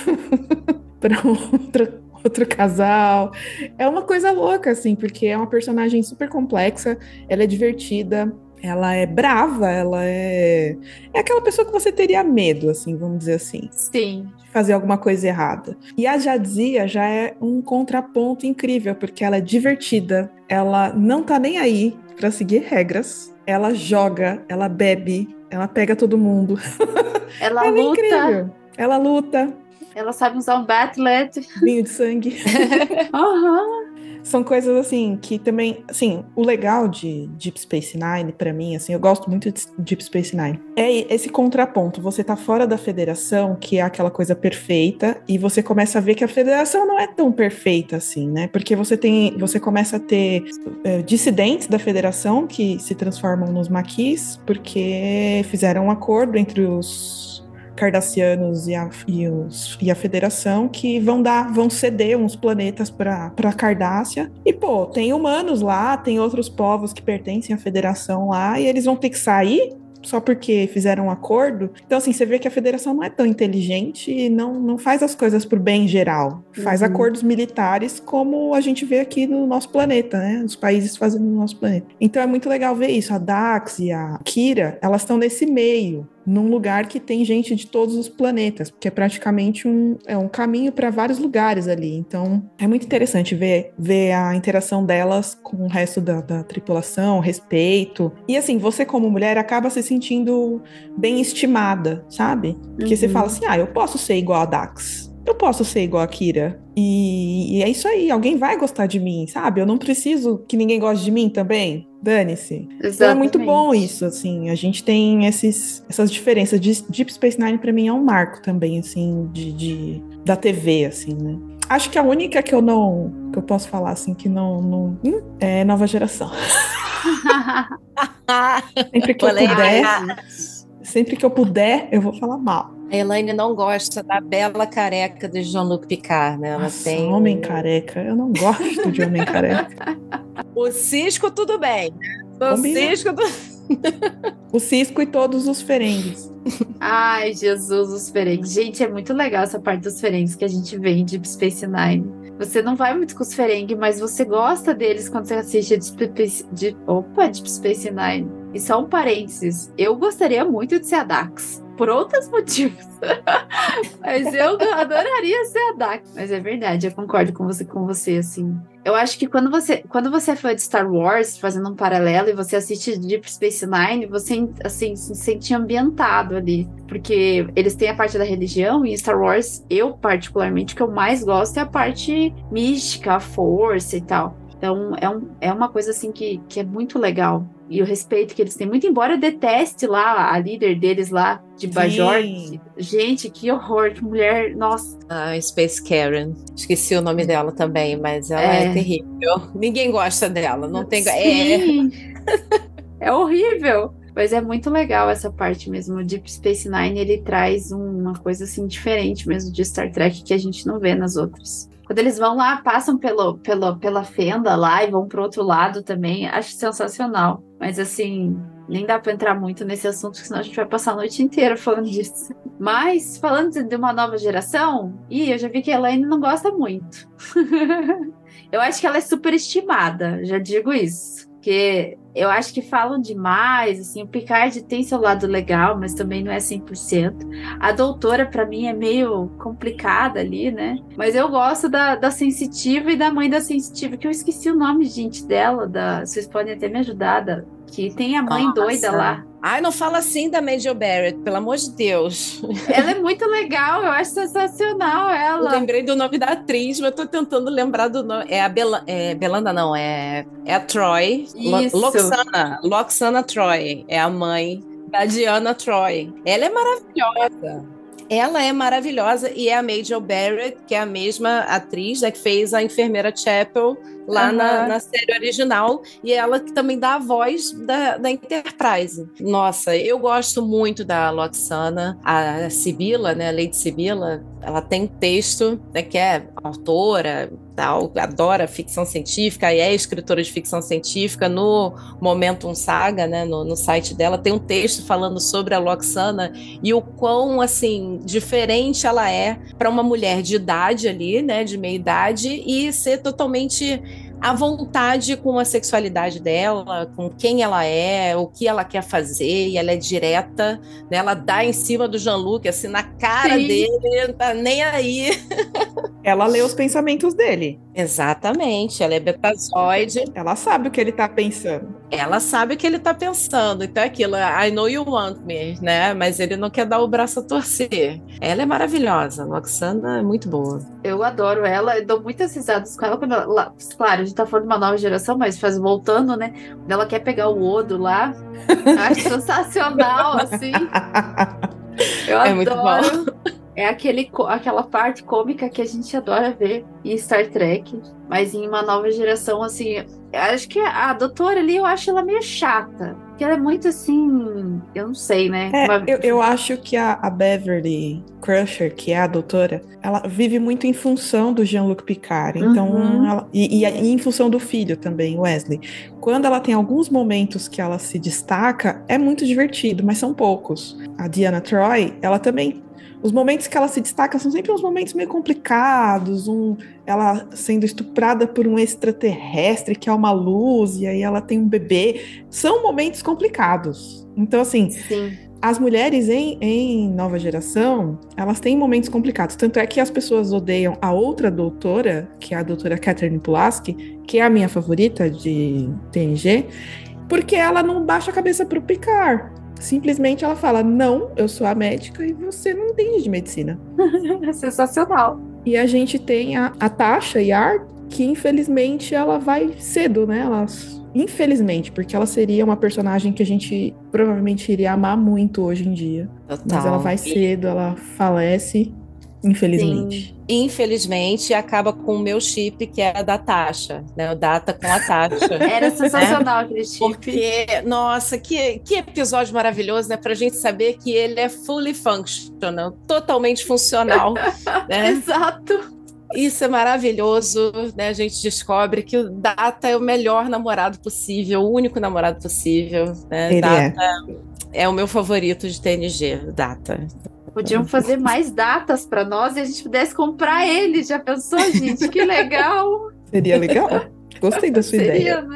para outro casal. É uma coisa louca, assim, porque é uma personagem super complexa, ela é divertida, ela é brava, ela é aquela pessoa que você teria medo, assim, vamos dizer assim. Sim. De fazer alguma coisa errada. E a Jadzia já é um contraponto incrível, porque ela é divertida, ela não tá nem aí pra seguir regras, ela joga, ela bebe, ela pega todo mundo. Ela é luta. Incrível. Ela luta. Ela sabe usar um batlet. Vinho de sangue. São coisas, assim, que também... Assim, o legal de Deep Space Nine, pra mim, assim, eu gosto muito de Deep Space Nine, é esse contraponto. Você tá fora da federação, que é aquela coisa perfeita, e você começa a ver que a federação não é tão perfeita assim, né? Porque você começa a ter dissidentes da federação que se transformam nos Maquis, porque fizeram um acordo entre os cardassianos e a federação que vão ceder uns planetas para Cardassia. E, pô, tem humanos lá, tem outros povos que pertencem à federação lá, e eles vão ter que sair só porque fizeram um acordo. Então, assim, você vê que a federação não é tão inteligente e não faz as coisas pro bem geral. Faz acordos militares como a gente vê aqui no nosso planeta, né? Os países fazendo no nosso planeta. Então é muito legal ver isso. A Dax e a Kira, elas estão nesse meio, num lugar que tem gente de todos os planetas, porque é praticamente um caminho para vários lugares ali. Então, é muito interessante ver a interação delas com o resto da tripulação, respeito. E assim, você como mulher acaba se sentindo bem estimada, sabe? Porque você fala assim, eu posso ser igual a Dax. Eu posso ser igual a Kira. E é isso aí, alguém vai gostar de mim, sabe? Eu não preciso que ninguém goste de mim também. Dane-se. Então é muito bom isso, assim. A gente tem essas diferenças. Deep Space Nine, pra mim, é um marco também, assim, da TV, assim, né? Acho que a única que eu posso falar, assim, que não é Nova Geração. Sempre que eu puder, eu vou falar mal. A Elaine não gosta da bela careca do Jean-Luc Picard, né? Ela tem homem careca. Eu não gosto de homem careca. O Cisco, tudo bem, né? O Cisco e todos os Ferengues. Ai, Jesus, os Ferengues. Gente, é muito legal essa parte dos Ferengues que a gente vê em Deep Space Nine. Você não vai muito com os Ferengues, mas você gosta deles quando você assiste Deep Space Nine. E só um parênteses, eu gostaria muito de ser a Dax. por outros motivos. Mas eu adoraria ser a Dak. Mas é verdade, eu concordo com você, assim. Eu acho que quando você é fã de Star Wars, fazendo um paralelo, e você assiste Deep Space Nine, você, assim, se sente ambientado ali. Porque eles têm a parte da religião, e em Star Wars, eu, particularmente, o que eu mais gosto é a parte mística, a força e tal. Então, é uma coisa, assim, que é muito legal. E o respeito que eles têm. Muito embora eu deteste lá a líder deles lá, de Bajor. Gente, que horror, que mulher, nossa. A Space Karen. Esqueci o nome dela também, mas ela é terrível. Ninguém gosta dela, não tem... Sim. É horrível. Mas é muito legal essa parte mesmo. O Deep Space Nine, ele traz uma coisa assim diferente mesmo de Star Trek que a gente não vê nas outras. Quando eles vão lá, passam pela fenda lá e vão pro outro lado também, acho sensacional. Mas assim, nem dá para entrar muito nesse assunto, senão a gente vai passar a noite inteira falando disso. Mas, falando de uma nova geração, eu já vi que a Elaine não gosta muito. Eu acho que ela é superestimada, já digo isso. Porque eu acho que falam demais, assim, o Picard tem seu lado legal, mas também não é 100%. A doutora, pra mim, é meio complicada ali, né? Mas eu gosto da Sensitiva e da mãe da Sensitiva, que eu esqueci o nome, gente, dela, vocês podem até me ajudar, que tem a mãe doida lá. Ai, não fala assim da Major Barrett, pelo amor de Deus. Ela é muito legal, eu acho sensacional ela. Eu lembrei do nome da atriz, mas tô tentando lembrar do nome. É a Belanda, não, é a Troy. Isso. Loxana Troy, é a mãe da Diana Troy. Ela é maravilhosa. Ela é maravilhosa e é a Major Barrett, que é a mesma atriz, né, que fez a enfermeira Chapel lá na série original, e ela que também dá a voz da Enterprise. Nossa, eu gosto muito da Loxana. A Sibila, né, a Lady Sibila, ela tem texto, né, que é autora, tal, adora ficção científica e é escritora de ficção científica. No Momentum Saga, né, no site dela, tem um texto falando sobre a Loxana e o quão, assim, diferente ela é para uma mulher de idade ali, né, de meia idade, e ser totalmente à vontade com a sexualidade dela, com quem ela é, o que ela quer fazer, e ela é direta, né? Ela dá em cima do Jean-Luc, assim, na cara dele, não tá nem aí. Ela lê os pensamentos dele. Exatamente, ela é betazoide. Ela sabe o que ele tá pensando. Ela sabe o que ele tá pensando, então é aquilo, I know you want me, né? Mas ele não quer dar o braço a torcer. Ela é maravilhosa, a Loxana é muito boa. Eu adoro ela, eu dou muitas risadas com ela, quando ela, claro, a gente tá falando de uma nova geração, mas voltando, né? Quando ela quer pegar o Odo lá, acho sensacional, assim. Eu adoro. Muito bom. É aquela parte cômica que a gente adora ver em Star Trek, mas em uma nova geração, assim, acho que a doutora ali, eu acho ela meio chata, porque ela é muito assim, eu não sei, né? Eu acho que a Beverly Crusher, que é a doutora, ela vive muito em função do Jean-Luc Picard, então, e em função do filho também, Wesley. Quando ela tem alguns momentos que ela se destaca, é muito divertido, mas são poucos. A Diana Troy, ela também... Os momentos que ela se destaca são sempre uns momentos meio complicados, ela sendo estuprada por um extraterrestre que é uma luz, e aí ela tem um bebê. São momentos complicados. Então, assim, as mulheres em nova geração, elas têm momentos complicados. Tanto é que as pessoas odeiam a outra doutora, que é a doutora Catherine Pulaski, que é a minha favorita de TNG, porque ela não baixa a cabeça pro Picard. Simplesmente ela fala, não, eu sou a médica e você não entende de medicina. Sensacional. E a gente tem a Tasha Yar, que infelizmente ela vai cedo, né? Infelizmente, porque ela seria uma personagem que a gente provavelmente iria amar muito hoje em dia. Total. Mas ela vai cedo, ela falece, infelizmente. Sim. Infelizmente, acaba com o meu chip, que é a da Tasha, né? O Data com a Tasha. Era sensacional aquele chip. Porque, nossa, que episódio maravilhoso, né? Pra gente saber que ele é fully functional, totalmente funcional. Né? Exato. Isso é maravilhoso, né? A gente descobre que o Data é o melhor namorado possível, o único namorado possível. Né? Ele Data é o meu favorito de TNG, Data. Podiam fazer mais datas para nós e a gente pudesse comprar ele. Já pensou, gente? Que legal! Seria legal. Gostei da sua ideia. Né?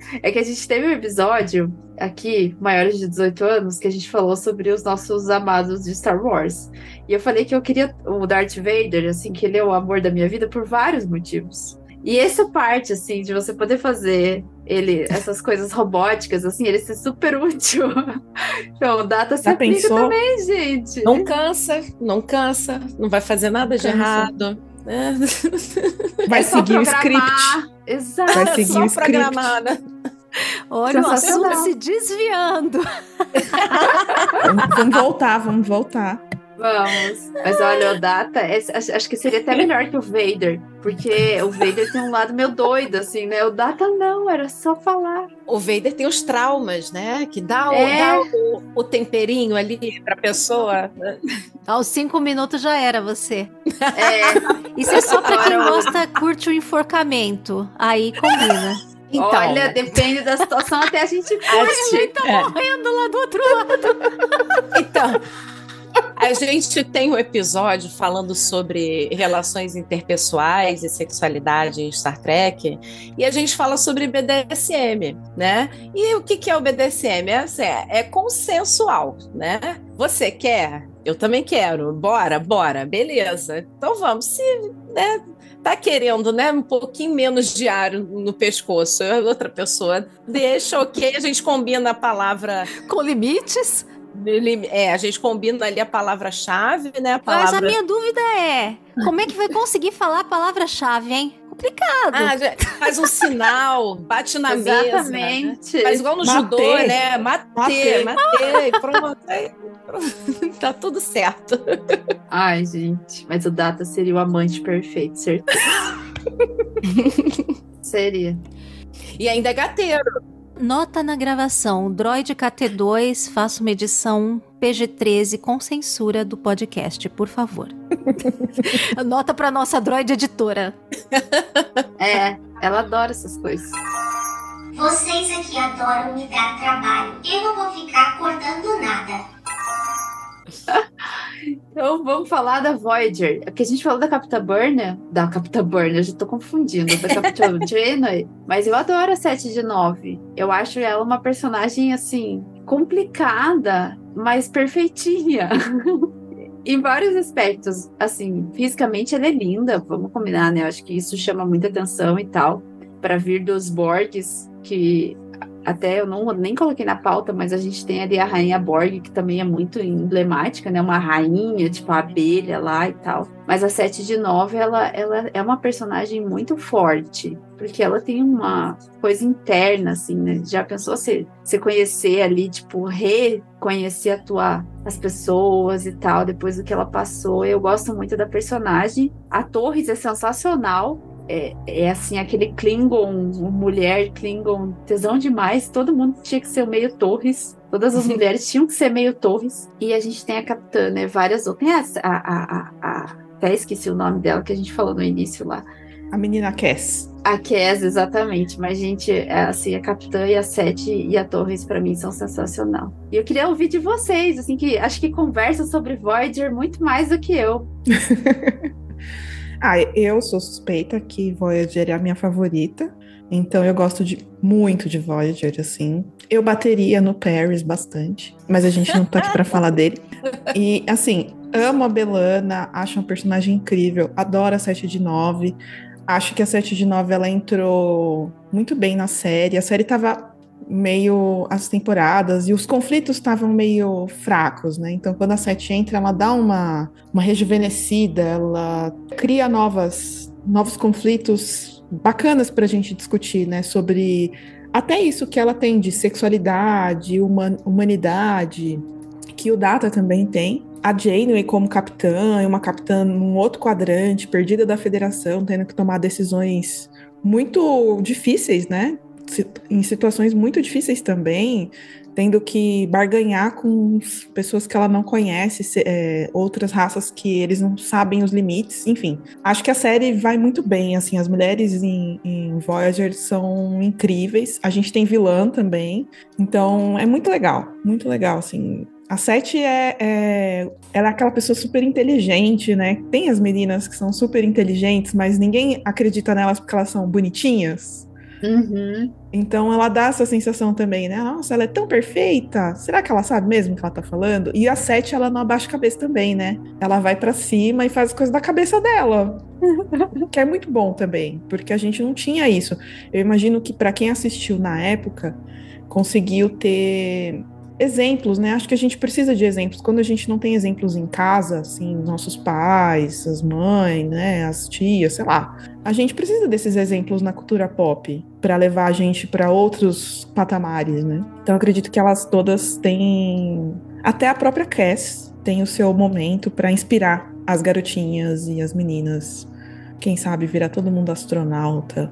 É que a gente teve um episódio aqui, maiores de 18 anos, que a gente falou sobre os nossos amados de Star Wars. E eu falei que eu queria o Darth Vader, assim, que ele é o amor da minha vida por vários motivos. E essa parte, assim, de você poder fazer essas coisas robóticas, assim, ele ser super útil. Então, o Data se aplica também, gente. Não cansa, não vai fazer nada de errado. Vai seguir o script. Exato. Vai seguir só o script. programada. Olha o assunto se desviando. Vamos voltar. Vamos. Mas olha, o Data, acho que seria até melhor que o Vader, porque o Vader tem um lado meio doido, assim, né? O Data não, era só falar. O Vader tem os traumas, né? Que dá o temperinho ali pra pessoa. Aos 5 minutos já era você. Isso é só pra quem curte o enforcamento. Aí combina. Então, olha, depende da situação, até a gente curte. Tá morrendo lá do outro lado. Então, a gente tem um episódio falando sobre relações interpessoais e sexualidade em Star Trek, e a gente fala sobre BDSM, né? E o que é o BDSM? É consensual, né? Você quer? Eu também quero. Bora, beleza. Então vamos. Se, né, tá querendo, né, um pouquinho menos de ar no pescoço, a outra pessoa deixa, ok, a gente combina a palavra... Com limites? A gente combina ali a palavra-chave, né? Mas a minha dúvida é, como é que vai conseguir falar a palavra-chave, hein? Complicado. Faz um sinal, bate na mesa. Exatamente. Né? Faz igual no judô, né? Matei, pronto. Tá tudo certo. Ai, gente, mas o Data seria o amante perfeito, certeza. Seria. E ainda é gateiro. Nota na gravação, Droid KT2, faça uma edição PG-13 com censura do podcast, por favor. Nota pra nossa Droid editora. Ela adora essas coisas. Vocês aqui adoram me dar trabalho. Eu não vou ficar cortando nada. Então vamos falar da Voyager. Porque a gente falou da Capitã Burnham. Eu já tô confundindo. Da Capitã Janeway. Mas eu adoro a 7 de 9. Eu acho ela uma personagem, assim, complicada, mas perfeitinha. Em vários aspectos. Assim, fisicamente ela é linda. Vamos combinar, né? Eu acho que isso chama muita atenção e tal. Para vir dos Borgs, que... Até eu nem coloquei na pauta, mas a gente tem ali a Rainha Borg, que também é muito emblemática, né? Uma rainha, tipo a abelha lá e tal. Mas a 7 de 9, ela é uma personagem muito forte, porque ela tem uma coisa interna, assim, né? Já pensou você conhecer ali, tipo, reconhecer as pessoas e tal, depois do que ela passou. Eu gosto muito da personagem. A Torres é sensacional. É assim, aquele Klingon, mulher Klingon, tesão demais. Todo mundo tinha que ser o meio Torres. Todas as mulheres tinham que ser meio Torres. E a gente tem a capitã, né? Várias outras. Tem até esqueci o nome dela, que a gente falou no início lá. A menina Cass. A Cass, exatamente. Mas, gente, assim, a capitã e a 7 e a Torres, pra mim, são sensacional. E eu queria ouvir de vocês, assim, que acho que conversa sobre Voyager muito mais do que eu. Eu sou suspeita que Voyager é a minha favorita, então eu gosto muito de Voyager, assim. Eu bateria no Paris bastante, mas a gente não tá aqui pra falar dele. E, assim, amo a B'Elanna, acho uma personagem incrível, adoro a 7 de 9. Acho que a 7 de 9, ela entrou muito bem na série. A série tava meio as temporadas e os conflitos estavam meio fracos, né? Então, quando a 7 entra, ela dá uma rejuvenescida, ela cria novos conflitos bacanas pra gente discutir, né? Sobre até isso que ela tem de sexualidade, humanidade, que o Data também tem. A Janeway como capitã, uma capitã num outro quadrante, perdida da Federação, tendo que tomar decisões muito difíceis, né? Em situações muito difíceis também, tendo que barganhar com pessoas que ela não conhece, outras raças que eles não sabem os limites, enfim. Acho que a série vai muito bem, assim, as mulheres em Voyager são incríveis, a gente tem vilã também, então é muito legal, assim. A 7 ela é aquela pessoa super inteligente, né? Tem as meninas que são super inteligentes, mas ninguém acredita nelas porque elas são bonitinhas. Uhum. Então ela dá essa sensação também, né? Nossa, ela é tão perfeita. Será que ela sabe mesmo o que ela tá falando? E a Sete, ela não abaixa a cabeça também, né? Ela vai pra cima e faz as coisas da cabeça dela. Que é muito bom também, porque a gente não tinha isso. Eu imagino que para quem assistiu na época, conseguiu ter exemplos, né? Acho que a gente precisa de exemplos. Quando a gente não tem exemplos em casa, assim, nossos pais, as mães, né, as tias, sei lá. A gente precisa desses exemplos na cultura pop para levar a gente para outros patamares, né? Então eu acredito que elas todas têm, até a própria Cass tem o seu momento para inspirar as garotinhas e as meninas. Quem sabe virar todo mundo astronauta.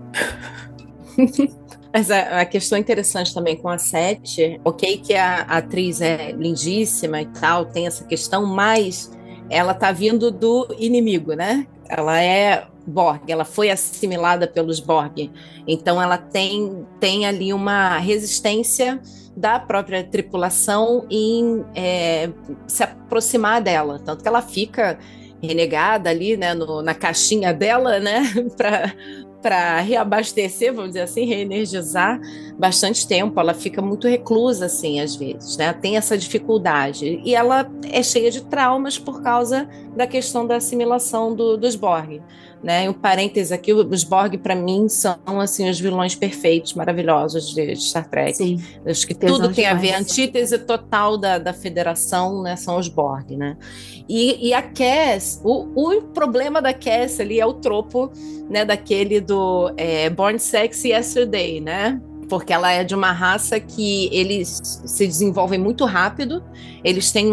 Mas a questão interessante também com a Sete, ok, que a atriz é lindíssima e tal, tem essa questão, mas ela tá vindo do inimigo, né? Ela é Borg, ela foi assimilada pelos Borg, então ela tem ali uma resistência da própria tripulação em se aproximar dela, tanto que ela fica renegada ali, né, na caixinha dela, né, para reabastecer, vamos dizer assim, reenergizar bastante tempo. Ela fica muito reclusa, assim, às vezes, né? Tem essa dificuldade. E ela é cheia de traumas por causa da questão da assimilação dos Borg, né? Um parêntese aqui, os Borg, para mim, são, assim, os vilões perfeitos, maravilhosos de Star Trek. Sim. Acho que Tesão tudo tem demais. a ver, a antítese total da Federação, né? São os Borg, né? E a Cass, o problema da Cass ali é o tropo, né, daquele do Born Sexy Yesterday, né? Porque ela é de uma raça que eles se desenvolvem muito rápido, eles têm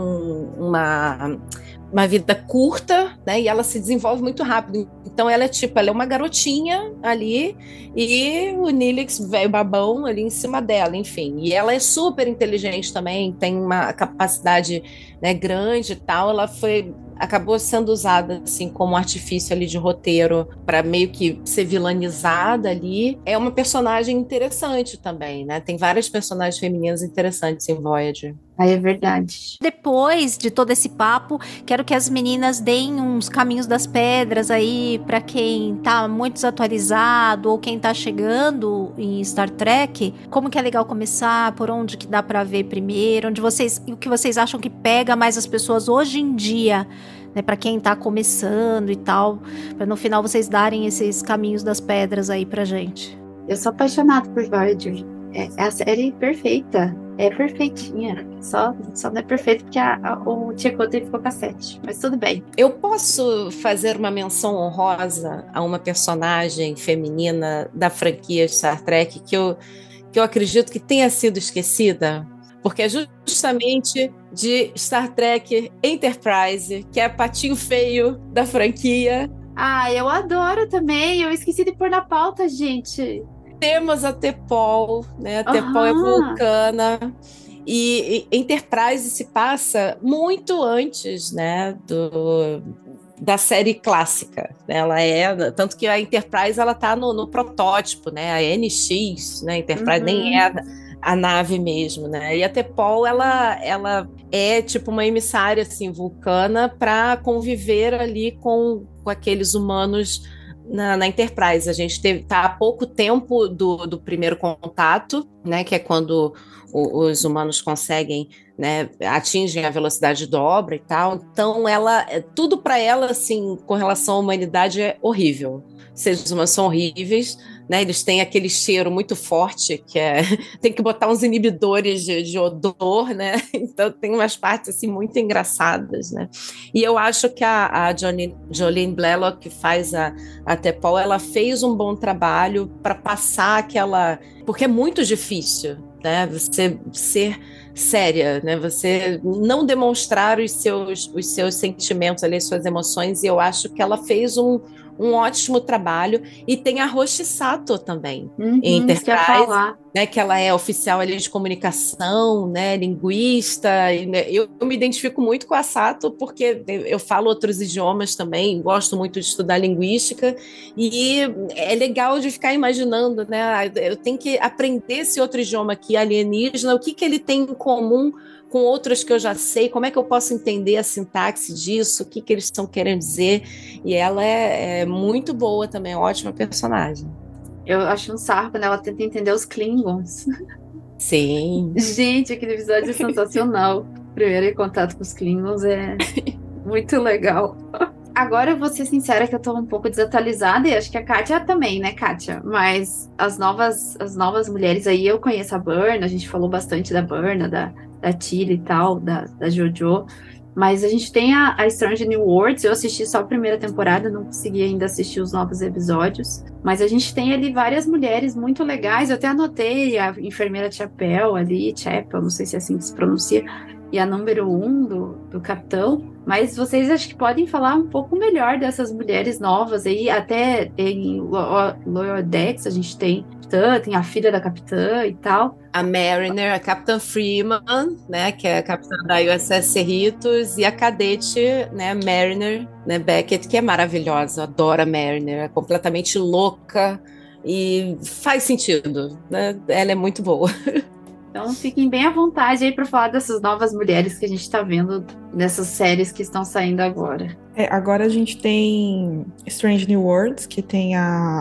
uma vida curta, né? E ela se desenvolve muito rápido. Então ela é uma garotinha ali e o Neelix, velho babão, ali em cima dela, enfim. E ela é super inteligente também, tem uma capacidade, né, grande e tal. Ela acabou sendo usada assim como artifício ali de roteiro para meio que ser vilanizada ali. É uma personagem interessante também, né? Tem várias personagens femininas interessantes em Voyager. Aí é verdade. Depois de todo esse papo, quero que as meninas deem uns caminhos das pedras aí para quem tá muito desatualizado ou quem tá chegando em Star Trek. Como que é legal começar, por onde que dá para ver primeiro, o que vocês acham que pega mais as pessoas hoje em dia, né, para quem tá começando e tal, para no final vocês darem esses caminhos das pedras aí pra gente. Eu sou apaixonada por Voyager. É a série perfeita. É perfeitinha. Só não é perfeito porque o Chakotay ficou com a 7. Mas tudo bem. Eu posso fazer uma menção honrosa a uma personagem feminina da franquia Star Trek que eu acredito que tenha sido esquecida? Porque é justamente de Star Trek Enterprise, que é a patinho feio da franquia. Ah, eu adoro também. Eu esqueci de pôr na pauta, gente. Temos a T'Pol, né? A T'Pol é vulcana. E Enterprise se passa muito antes, né, da série clássica. Ela tanto que a Enterprise ela tá no protótipo, né? A NX, né? Enterprise nem é a nave mesmo, né? E a T'Pol ela é tipo uma emissária assim vulcana para conviver ali com aqueles humanos na Enterprise. A gente tá há pouco tempo do primeiro contato, né? Que é quando os humanos conseguem, né, atingem a velocidade de dobra e tal. Então tudo para ela assim com relação à humanidade é horrível. Seres humanos são horríveis, né? Eles têm aquele cheiro muito forte que tem que botar uns inibidores de odor, né? Então tem umas partes assim muito engraçadas, né? E eu acho que a Jolene Blalock, que faz a T'Pol, ela fez um bom trabalho para passar porque é muito difícil, né? Você ser séria, né? Você não demonstrar os seus sentimentos ali, as suas emoções, e eu acho que ela fez um ótimo trabalho. E tem a Roshi Sato também, em Enterprise, né, que ela é oficial ali de comunicação, né, linguista, e, né, eu me identifico muito com a Sato, porque eu falo outros idiomas também, gosto muito de estudar linguística, e é legal de ficar imaginando, né, eu tenho que aprender esse outro idioma aqui, alienígena, o que ele tem em comum com outros que eu já sei, como é que eu posso entender a sintaxe disso, o que eles estão querendo dizer, e ela é muito boa também, ótima personagem. Eu acho um sarro quando ela tenta entender os Klingons. Sim. Gente, aquele episódio é sensacional. Primeiro contato com os Klingons é muito legal. Agora eu vou ser sincera que eu tô um pouco desatualizada e acho que a Kátia também, né, Kátia? Mas as novas mulheres aí, eu conheço a Burna, a gente falou bastante da Burna, da Tilly e tal, da JoJo. Mas a gente tem a Strange New Worlds, eu assisti só a primeira temporada, não consegui ainda assistir os novos episódios. Mas a gente tem ali várias mulheres muito legais, eu até anotei a enfermeira Chapel ali, Chapel, não sei se é assim que se pronuncia, e a número 1 do Capitão. Mas vocês acho que podem falar um pouco melhor dessas mulheres novas aí, até em Lower Decks a gente tem a filha da Capitã e tal. A Mariner, a Capitã Freeman, né, que é a capitã da USS Cerritos, e a cadete, né, Mariner, né, Beckett, que é maravilhosa, adoro a Mariner, é completamente louca e faz sentido, né, ela é muito boa. Então fiquem bem à vontade aí para falar dessas novas mulheres que a gente está vendo nessas séries que estão saindo agora. Agora a gente tem Strange New Worlds, que tem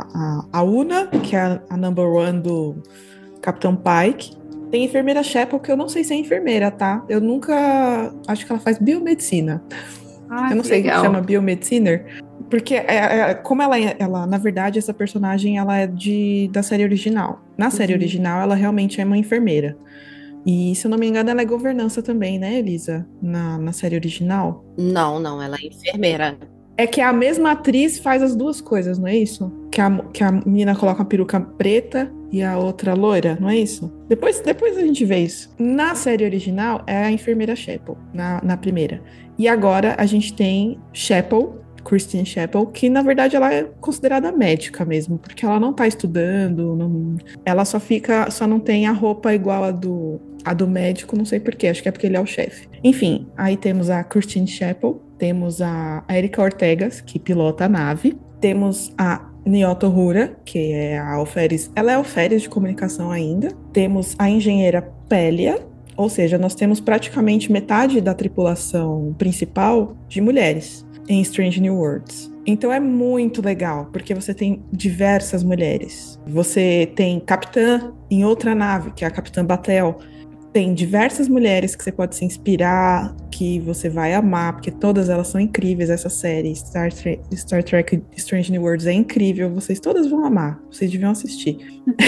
a Una, que é a number 1 do Capitão Pike. Tem a enfermeira Chapel, que eu não sei se é enfermeira, tá? Eu nunca... Acho que ela faz biomedicina. Eu não sei se chama biomediciner. Porque como ela, na verdade, essa personagem, ela é da série original. Na série original, ela realmente é uma enfermeira. E, se eu não me engano, ela é governança também, né, Elisa? Na série original. Não, ela é enfermeira. É que a mesma atriz faz as duas coisas, não é isso? Que a menina coloca uma peruca preta e a outra loira, não é isso? Depois a gente vê isso. Na série original, é a enfermeira Chapel, na primeira. E agora a gente tem Christine Chapel, que na verdade ela é considerada médica mesmo, porque ela não tá estudando, ela só não tem a roupa igual a do médico, não sei porquê, acho que é porque ele é o chefe. Enfim, aí temos a Christine Chapel, temos a Erika Ortegas, que pilota a nave, temos a Nyota Uhura, que é a alferes, ela é alferes de comunicação ainda, temos a engenheira Pélia, ou seja, nós temos praticamente metade da tripulação principal de mulheres em Strange New Worlds. Então é muito legal, porque você tem diversas mulheres. Você tem capitã em outra nave, que é a Capitã Batel. Tem diversas mulheres que você pode se inspirar, que você vai amar, porque todas elas são incríveis. Essa série, Star Trek Strange New Worlds, é incrível. Vocês todas vão amar. Vocês deviam assistir.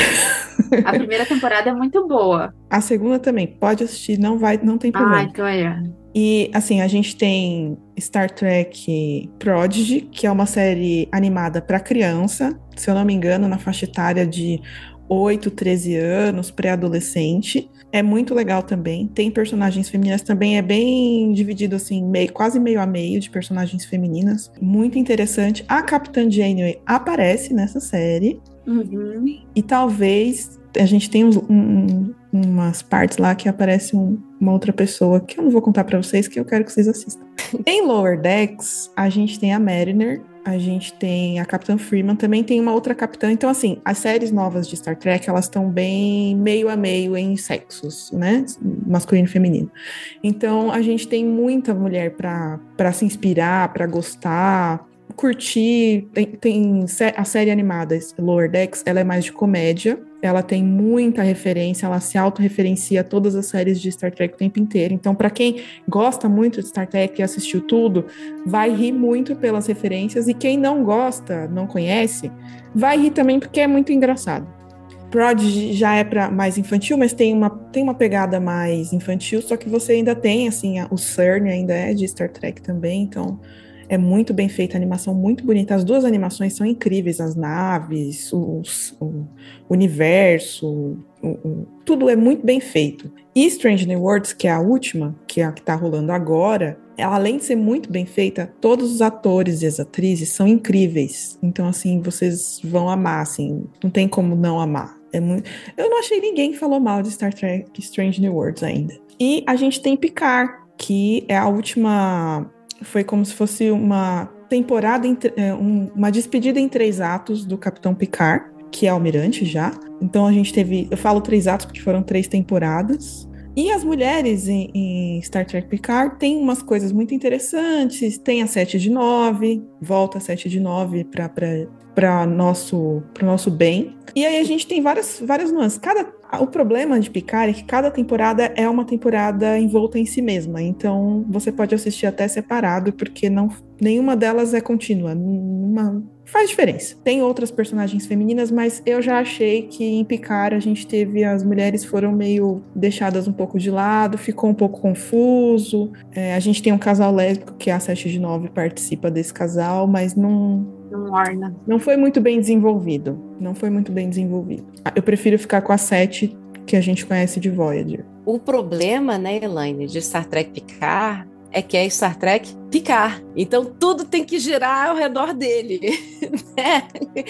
A primeira temporada é muito boa. A segunda também. Pode assistir, não tem problema. Então é. E, assim, a gente tem Star Trek Prodigy, que é uma série animada para criança, se eu não me engano, na faixa etária de 8, 13 anos, pré-adolescente. É muito legal também. Tem personagens femininas também, é bem dividido, assim, quase meio a meio de personagens femininas. Muito interessante. A Capitã Janeway aparece nessa série. E talvez a gente tenha umas partes lá que aparece uma outra pessoa, que eu não vou contar pra vocês, que eu quero que vocês assistam. Em Lower Decks, a gente tem a Mariner, a gente tem a Capitã Freeman, também tem uma outra capitã. Então, assim, as séries novas de Star Trek, elas estão bem meio a meio em sexos, né? Masculino e feminino. Então, a gente tem muita mulher pra se inspirar, pra gostar, curtir. Tem a série animada Lower Decks, ela é mais de comédia. Ela tem muita referência, ela se autorreferencia a todas as séries de Star Trek o tempo inteiro. Então, para quem gosta muito de Star Trek e assistiu tudo, vai rir muito pelas referências. E quem não gosta, não conhece, vai rir também porque é muito engraçado. Prodigy já é para mais infantil, mas tem uma pegada mais infantil, só que você ainda tem, assim, o CERN ainda é de Star Trek também, então é muito bem feita, a animação muito bonita. As duas animações são incríveis, as naves, o universo, tudo é muito bem feito. E Strange New Worlds, que é a última, que é a que tá rolando agora, ela, além de ser muito bem feita, todos os atores e as atrizes são incríveis. Então, assim, vocês vão amar, assim, não tem como não amar. Eu não achei ninguém que falou mal de Star Trek Strange New Worlds ainda. E a gente tem Picard, que é a última... Foi como se fosse uma temporada, uma despedida em 3 atos do Capitão Picard, que é almirante já. Então a gente teve... Eu falo 3 atos porque foram 3 temporadas. E as mulheres em Star Trek Picard tem umas coisas muito interessantes. Tem a 7 de 9, volta a 7 de 9 para nosso bem. E aí a gente tem várias nuances. O problema de Picard é que cada temporada é uma temporada envolta em si mesma. Então você pode assistir até separado, porque nenhuma delas é contínua. Faz diferença. Tem outras personagens femininas, mas eu já achei que em Picard a gente teve... As mulheres foram meio deixadas um pouco de lado, ficou um pouco confuso. A gente tem um casal lésbico que a 7 de 9 participa desse casal, mas não orna. Não foi muito bem desenvolvido. Eu prefiro ficar com a 7 que a gente conhece de Voyager. O problema, né, Elaine, de Star Trek Picard é que é Star Trek Picard. Então tudo tem que girar ao redor dele. Né?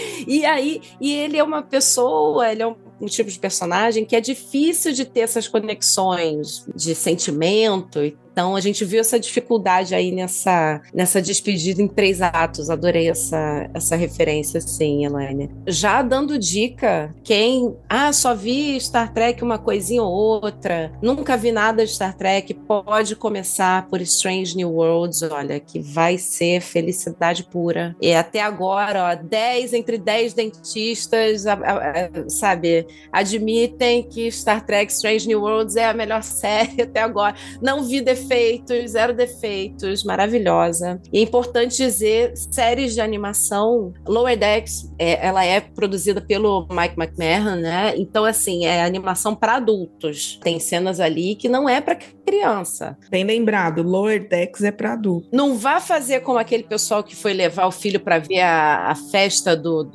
E ele é uma pessoa, ele é um tipo de personagem que é difícil de ter essas conexões de sentimento. Então a gente viu essa dificuldade aí nessa despedida em 3 atos. Adorei essa referência, sim, Elaine. Já dando dica, quem só vi Star Trek uma coisinha ou outra, nunca vi nada de Star Trek, pode começar por Strange New Worlds, olha, que vai ser felicidade pura. E até agora, 10 entre 10 dentistas, sabe, admitem que Star Trek Strange New Worlds é a melhor série até agora. Não vi defeitos, 0 defeitos, maravilhosa. E é importante dizer, séries de animação, Lower Decks, ela é produzida pelo Mike McMahon, né? Então, assim, é animação para adultos. Tem cenas ali que não é para criança. Bem lembrado, Lower Decks é para adulto. Não vá fazer como aquele pessoal que foi levar o filho para ver a festa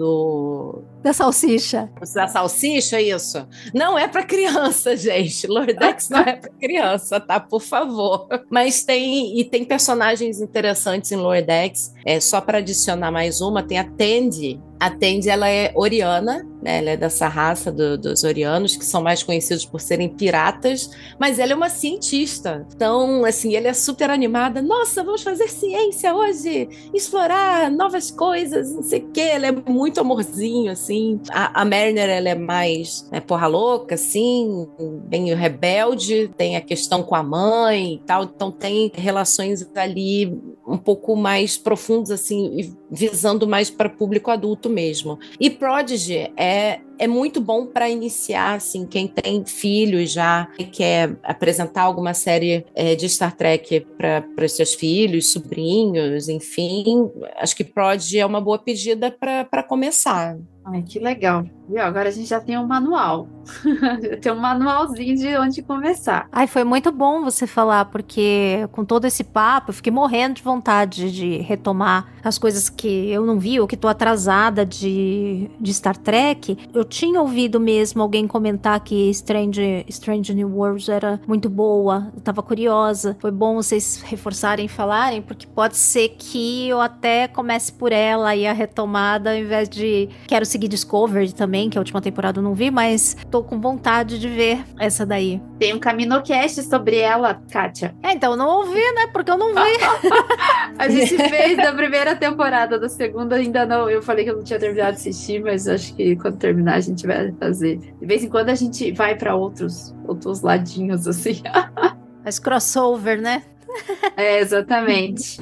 da salsicha. Da salsicha, isso. Não é para criança, gente. Lower Decks não é para criança, tá? Por favor. Mas tem personagens interessantes em Lower Decks. Só para adicionar mais uma, tem a Tendi. A Tendi, ela é oriana, né? Ela é dessa raça dos orianos, que são mais conhecidos por serem piratas, mas ela é uma cientista. Então, assim, ela é super animada. Nossa, vamos fazer ciência hoje, explorar novas coisas, não sei o quê. Ela é muito amorzinho, assim. A Mariner, ela é mais porra louca, assim, bem rebelde. Tem a questão com a mãe e tal. Então, tem relações ali um pouco mais profundas, assim, visando mais para público adulto mesmo. E Prodigy é muito bom para iniciar, assim, quem tem filhos já e quer apresentar alguma série de Star Trek para seus filhos, sobrinhos, enfim. Acho que Prodigy é uma boa pedida para começar. Ai, que legal. E agora a gente já tem um manual. Tem um manualzinho de onde começar. Ai, foi muito bom você falar, porque com todo esse papo, eu fiquei morrendo de vontade de retomar as coisas que eu não vi ou que tô atrasada de Star Trek. Eu tinha ouvido mesmo alguém comentar que Strange New Worlds era muito boa. Eu tava curiosa. Foi bom vocês reforçarem e falarem, porque pode ser que eu até comece por ela e a retomada, ao invés de... Quero seguir Discovery também, que a última temporada eu não vi, mas tô com vontade de ver essa daí. Tem um CaminoCast sobre ela, Kátia. Então eu não ouvi, né? Porque eu não vi. A gente fez da primeira temporada, da segunda ainda não. Eu falei que eu não tinha terminado de assistir, mas acho que quando terminar a gente vai fazer. De vez em quando a gente vai pra outros ladinhos, assim. Mas crossover, né? Exatamente.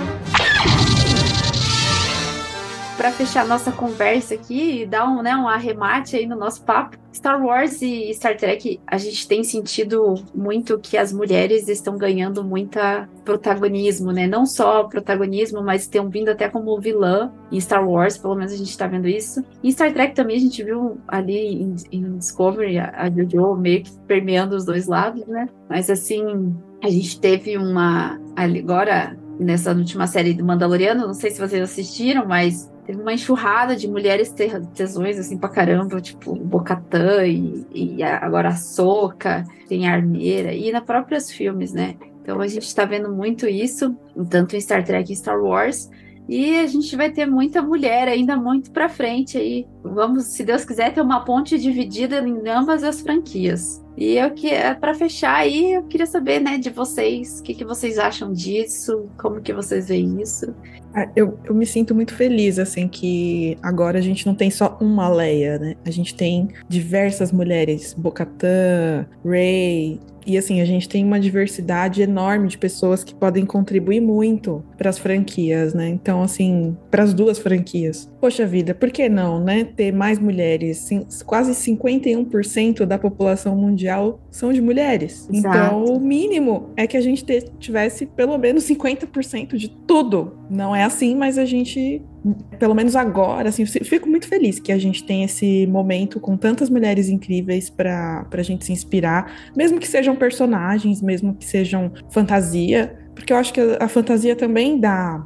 Para fechar nossa conversa aqui e dar um arremate aí no nosso papo, Star Wars e Star Trek, a gente tem sentido muito que as mulheres estão ganhando muita protagonismo, né? Não só protagonismo, mas estão vindo até como vilã em Star Wars, pelo menos a gente tá vendo isso. Em Star Trek também a gente viu ali em Discovery a JoJo meio que permeando os dois lados, né? Mas assim, a gente teve agora, nessa última série do Mandaloriano, não sei se vocês assistiram, mas teve uma enxurrada de mulheres tesões, assim, pra caramba, tipo, Bo-Katan e agora a Ahsoka, tem a Armeira, e na próprios filmes, né? Então a gente tá vendo muito isso, tanto em Star Trek e Star Wars, e a gente vai ter muita mulher ainda muito pra frente aí. Vamos, se Deus quiser, ter uma ponte dividida em ambas as franquias. E para fechar aí, eu queria saber, né, de vocês, o que vocês acham disso, como que vocês veem isso. Eu me sinto muito feliz, assim, que agora a gente não tem só uma Leia, né? A gente tem diversas mulheres, Bo-Katan, Rey, e assim, a gente tem uma diversidade enorme de pessoas que podem contribuir muito para as franquias, né? Então, assim, para as duas franquias. Poxa vida, por que não, né? Ter mais mulheres. Quase 51% da população mundial são de mulheres. Exato. Então, o mínimo é que a gente tivesse pelo menos 50% de tudo. Não é assim, mas a gente, pelo menos agora, assim, eu fico muito feliz que a gente tem esse momento com tantas mulheres incríveis para a gente se inspirar, mesmo que sejam personagens, mesmo que sejam fantasia, porque eu acho que a fantasia também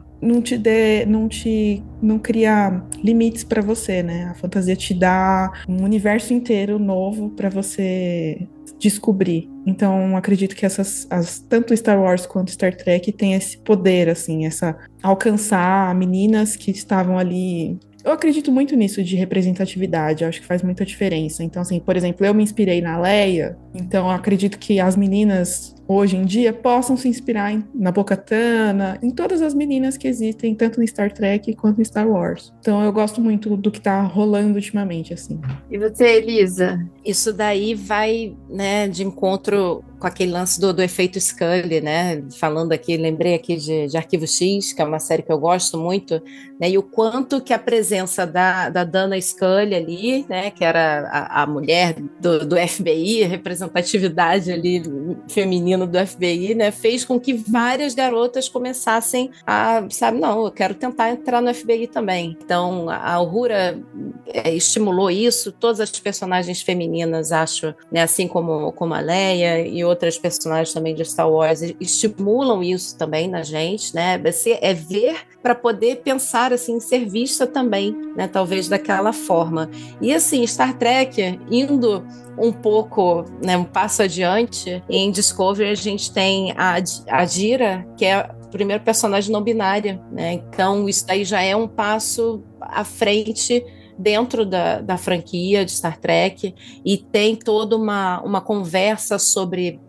não cria limites para você, né? A fantasia te dá um universo inteiro novo para você descobrir. Então, acredito que tanto Star Wars quanto Star Trek têm esse poder, assim, alcançar meninas que estavam ali. Eu acredito muito nisso de representatividade, eu acho que faz muita diferença. Então, assim, por exemplo, eu me inspirei na Leia, então eu acredito que as meninas hoje em dia possam se inspirar na Bo-Katan, em todas as meninas que existem, tanto no Star Trek quanto no Star Wars. Então eu gosto muito do que tá rolando ultimamente, assim. E você, Elisa? Isso daí vai, né, de encontro com aquele lance do efeito Scully, né? Falando aqui, lembrei aqui de Arquivo X, que é uma série que eu gosto muito, né? E o quanto que a presença da Dana Scully ali, né? Que era a mulher do FBI, a representatividade ali feminina do FBI, né? Fez com que várias garotas começassem a, sabe, não, eu quero tentar entrar no FBI também. Então, a Uhura estimulou isso, todas as personagens femininas, acho, né? Assim como a Leia e outras personagens também de Star Wars estimulam isso também na gente, né? É ver para poder pensar assim, ser vista também, né? Talvez daquela forma. E assim, Star Trek indo um pouco, né, um passo adiante, em Discovery a gente tem a Jira, que é a primeira personagem não binária, né? Então isso daí já é um passo à frente dentro da franquia de Star Trek, e tem toda uma conversa sobre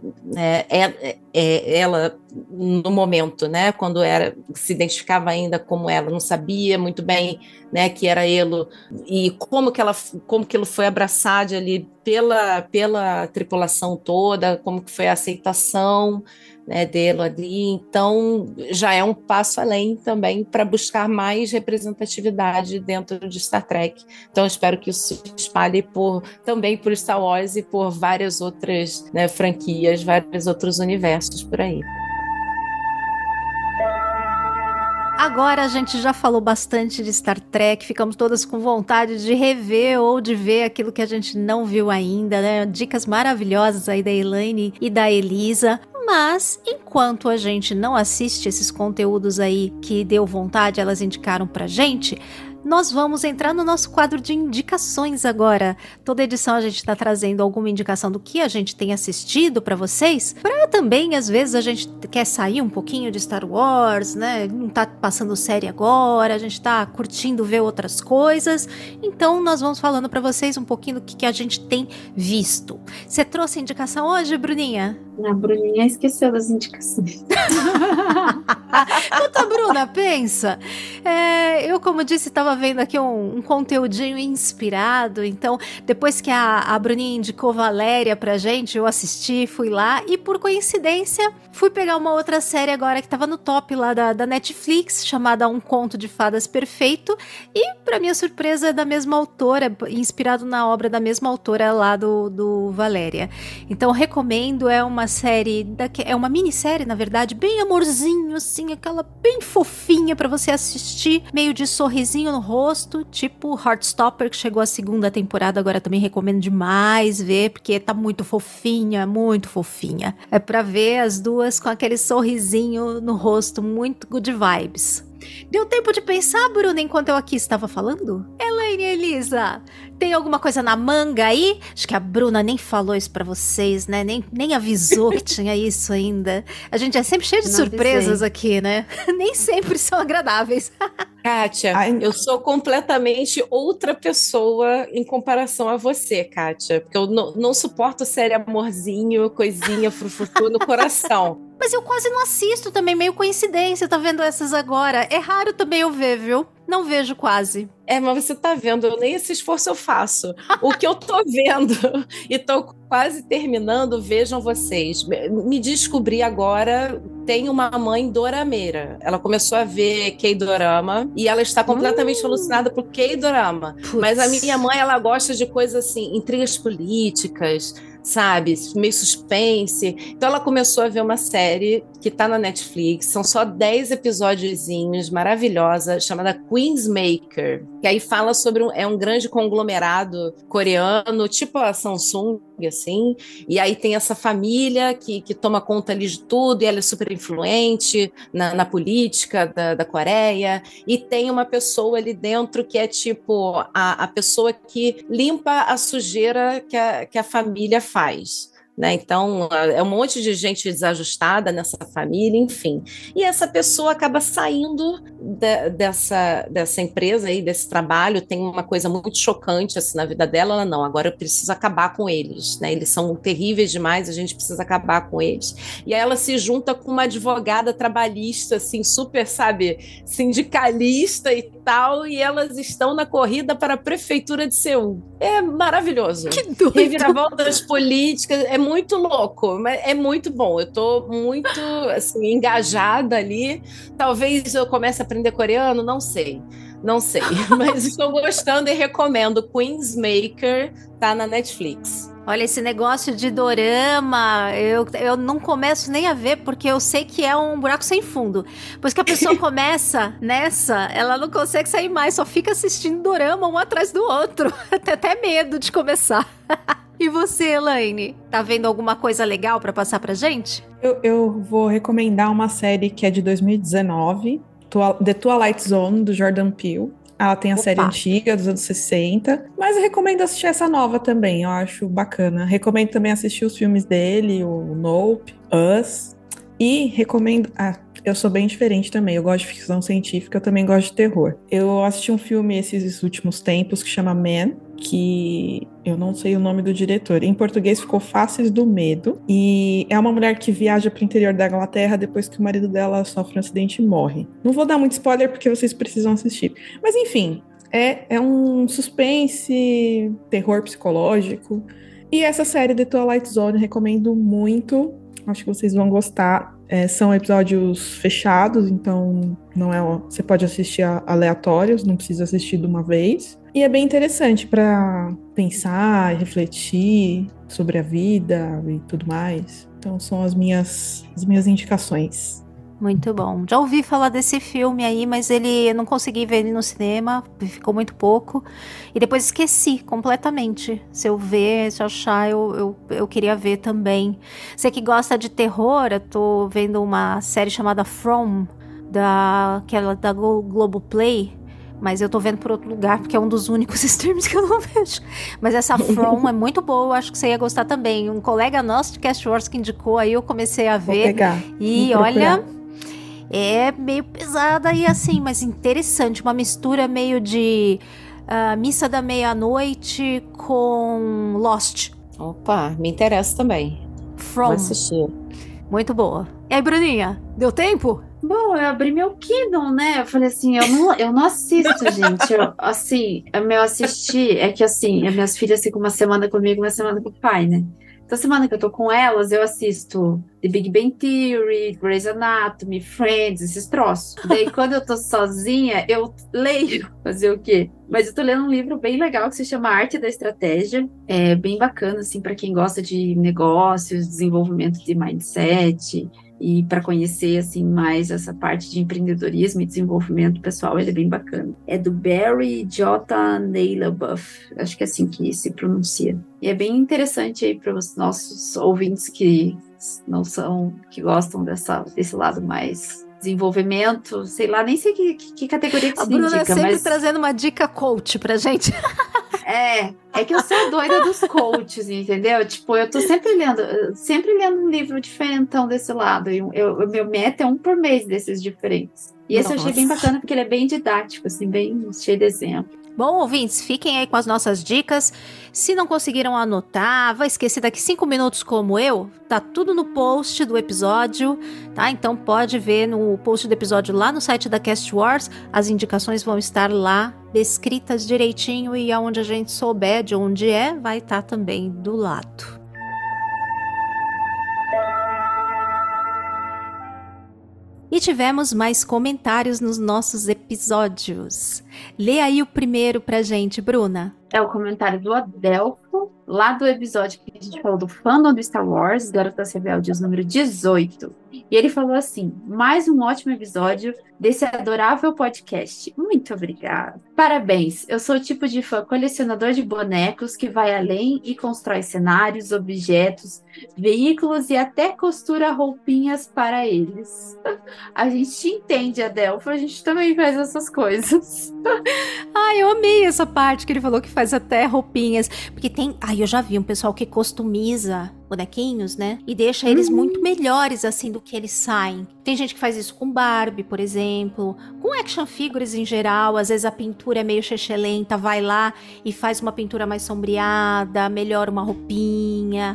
ela no momento, né, quando se identificava ainda como ela, não sabia muito bem, né, que era ele, e como que ele foi abraçado ali pela tripulação toda, como que foi a aceitação, né, dele ali. Então já é um passo além também para buscar mais representatividade dentro de Star Trek. Então eu espero que isso se espalhe também por Star Wars e por várias outras, né, franquias, vários outros universos por aí. Agora a gente já falou bastante de Star Trek, ficamos todas com vontade de rever ou de ver aquilo que a gente não viu ainda, né? Dicas maravilhosas aí da Elaine e da Elisa. Mas, enquanto a gente não assiste esses conteúdos aí que deu vontade, elas indicaram pra gente, nós vamos entrar no nosso quadro de indicações agora. Toda edição a gente está trazendo alguma indicação do que a gente tem assistido para vocês, para também, às vezes, a gente quer sair um pouquinho de Star Wars, né? Não tá passando série agora, a gente tá curtindo ver outras coisas. Então, nós vamos falando para vocês um pouquinho do que a gente tem visto. Você trouxe indicação hoje, Bruninha? A Bruninha esqueceu das indicações. Puta, Bruna, pensa. Eu, como disse, estava vendo aqui um conteúdinho inspirado. Então, depois que a Bruninha indicou Valéria pra gente, eu assisti, fui lá e, por coincidência, fui pegar uma outra série agora que estava no top lá da Netflix, chamada Um Conto de Fadas Perfeito. E, pra minha surpresa, é da mesma autora, inspirado na obra da mesma autora lá do Valéria. Então, recomendo, é uma série, é uma minissérie, na verdade, bem amorzinho, assim, aquela bem fofinha pra você assistir, meio de sorrisinho no rosto, tipo Heartstopper, que chegou a segunda temporada, agora também recomendo demais ver, porque tá muito fofinha, muito fofinha. É pra ver as duas com aquele sorrisinho no rosto, muito good vibes. Deu tempo de pensar, Bruna, enquanto eu aqui estava falando? Elaine e Elisa, tem alguma coisa na manga aí? Acho que a Bruna nem falou isso pra vocês, né? Nem avisou que tinha isso ainda. A gente é sempre cheio de surpresas aqui, né? Nem sempre são agradáveis. Kátia, eu sou completamente outra pessoa em comparação a você, Kátia. Porque eu não suporto série amorzinho, coisinha, frufrutu no coração. Mas Mas eu quase não assisto também, meio coincidência, tá vendo essas agora. É raro também eu ver, viu? Não vejo quase. Mas você tá vendo, nem esse esforço eu faço. O que eu tô vendo e tô quase terminando, vejam vocês. Me descobri agora, tem uma mãe dorameira. Ela começou a ver K-dorama e ela está completamente alucinada por K-dorama. Mas a minha mãe, ela gosta de coisas assim, intrigas políticas, sabe? Meio suspense. Então ela começou a ver uma série que tá na Netflix, são só 10 episódiozinhos, maravilhosa, chamada Queensmaker, que aí fala sobre um grande conglomerado coreano, tipo a Samsung, assim, e aí tem essa família que toma conta ali de tudo, e ela é super influente na política da Coreia, e tem uma pessoa ali dentro que é tipo a pessoa que limpa a sujeira que a família faz. Né? Então, é um monte de gente desajustada nessa família, enfim. E essa pessoa acaba saindo dessa empresa aí, desse trabalho, tem uma coisa muito chocante assim, na vida dela, ela não, agora eu preciso acabar com eles, né? Eles são terríveis demais, a gente precisa acabar com eles. E aí ela se junta com uma advogada trabalhista, assim, super, sabe, sindicalista e tal, e elas estão na corrida para a prefeitura de Seul. É maravilhoso. Que doido! Reviravoltas políticas, é muito louco, mas é muito bom. Eu tô muito assim, engajada ali. Talvez eu comece a aprender coreano, não sei, mas estou gostando e recomendo. Queensmaker tá na Netflix. Olha, esse negócio de dorama, eu não começo nem a ver, porque eu sei que é um buraco sem fundo. Pois que a pessoa começa nessa, ela não consegue sair mais, só fica assistindo dorama um atrás do outro. Tem até medo de começar. E você, Elaine? Tá vendo alguma coisa legal pra passar pra gente? Eu vou recomendar uma série que é de 2019, The Twilight Zone, do Jordan Peele. Ela tem a série antiga, dos anos 60, mas eu recomendo assistir essa nova também, eu acho bacana. Recomendo também assistir os filmes dele, o Nope, Us, e recomendo... eu sou bem diferente também, eu gosto de ficção científica, eu também gosto de terror. Eu assisti um filme esses últimos tempos que chama Man, que eu não sei o nome do diretor. Em português ficou Faces do Medo, e é uma mulher que viaja para o interior da Inglaterra depois que o marido dela sofre um acidente e morre. Não vou dar muito spoiler porque vocês precisam assistir. Mas enfim, é um suspense, terror psicológico. E essa série The Twilight Zone eu recomendo muito, acho que vocês vão gostar. São episódios fechados, então você pode assistir aleatórios, não precisa assistir de uma vez. E é bem interessante para pensar e refletir sobre a vida e tudo mais. Então são as minhas indicações. Muito bom. Já ouvi falar desse filme aí, mas eu não consegui ver ele no cinema, ficou muito pouco. E depois esqueci completamente. Se eu ver, se eu achar, eu queria ver também. Você que gosta de terror, eu tô vendo uma série chamada From, aquela da Globoplay, mas eu tô vendo por outro lugar, porque é um dos únicos streams que eu não vejo. Mas essa From é muito boa, acho que você ia gostar também. Um colega nosso de Cast Wars que indicou, aí eu comecei a ver. Vou pegar. E olha... É meio pesada e assim, mas interessante. Uma mistura meio de Missa da Meia-Noite com Lost. Opa, me interessa também. Vou assistir. Muito boa. E aí, Bruninha, deu tempo? Bom, eu abri meu Kindle, né? Eu falei assim, eu não assisto, gente. Meu assistir é que assim, as minhas filhas ficam uma semana comigo, uma semana com o pai, né? Então, semana que eu tô com elas, eu assisto The Big Bang Theory, Grey's Anatomy, Friends, esses troços. Daí, quando eu tô sozinha, eu leio. Fazer o quê? Mas eu tô lendo um livro bem legal que se chama Arte da Estratégia. É bem bacana, assim, para quem gosta de negócios, desenvolvimento de mindset e para conhecer, assim, mais essa parte de empreendedorismo e desenvolvimento pessoal, ele é bem bacana. É do Barry J. Naylor-Buff, acho que é assim que se pronuncia. E é bem interessante aí para os nossos ouvintes que que gostam desse lado mais desenvolvimento, sei lá, nem sei que categoria que se indica. A Bruna sempre trazendo uma dica coach pra gente. É que eu sou doida dos coaches, entendeu? Tipo, eu tô sempre lendo um livro diferentão desse lado. Meu meta é um por mês desses diferentes. E esse eu achei bem bacana, porque ele é bem didático, assim, bem cheio de exemplo. Bom, ouvintes, fiquem aí com as nossas dicas. Se não conseguiram anotar, vai esquecer daqui 5 minutos como eu, tá tudo no post do episódio, tá? Então pode ver no post do episódio lá no site da Cast Wars, as indicações vão estar lá, descritas direitinho, e aonde a gente souber de onde vai estar também do lado. E tivemos mais comentários nos nossos episódios. Lê aí o primeiro pra gente, Bruna. É o comentário do Adelfo, lá do episódio que a gente falou do fandom do Star Wars, Garotas Rebeldes número 18. E ele falou assim: mais um ótimo episódio desse adorável podcast. Muito obrigada. Parabéns, eu sou o tipo de fã colecionador de bonecos que vai além e constrói cenários, objetos, veículos e até costura roupinhas para eles. A gente te entende, Adelfo, a gente também faz essas coisas. Ai, eu amei essa parte que ele falou que faz até roupinhas. Porque tem... eu já vi um pessoal que customiza bonequinhos, né? E deixa eles muito melhores, assim, do que eles saem. Tem gente que faz isso com Barbie, por exemplo. Com action figures em geral. Às vezes a pintura é meio chechelenta, vai lá e faz uma pintura mais sombreada, melhora uma roupinha.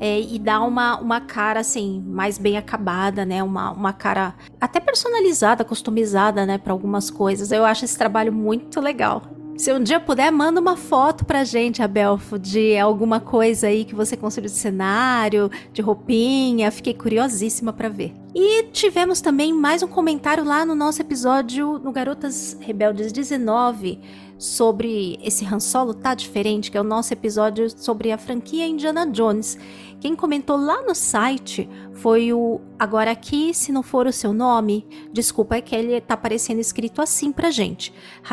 E dá uma cara, assim, mais bem acabada, né? Uma cara até personalizada, customizada, né? Para algumas coisas. Eu acho esse trabalho muito legal. Se um dia puder, manda uma foto pra gente, Adelfo, de alguma coisa aí que você construiu de cenário, de roupinha. Fiquei curiosíssima pra ver. E tivemos também mais um comentário lá no nosso episódio no Garotas Rebeldes 19 sobre esse Han Solo tá diferente, que é o nosso episódio sobre a franquia Indiana Jones. Quem comentou lá no site foi o Agora Aqui, se não for o seu nome, desculpa, é que ele tá aparecendo escrito assim pra gente.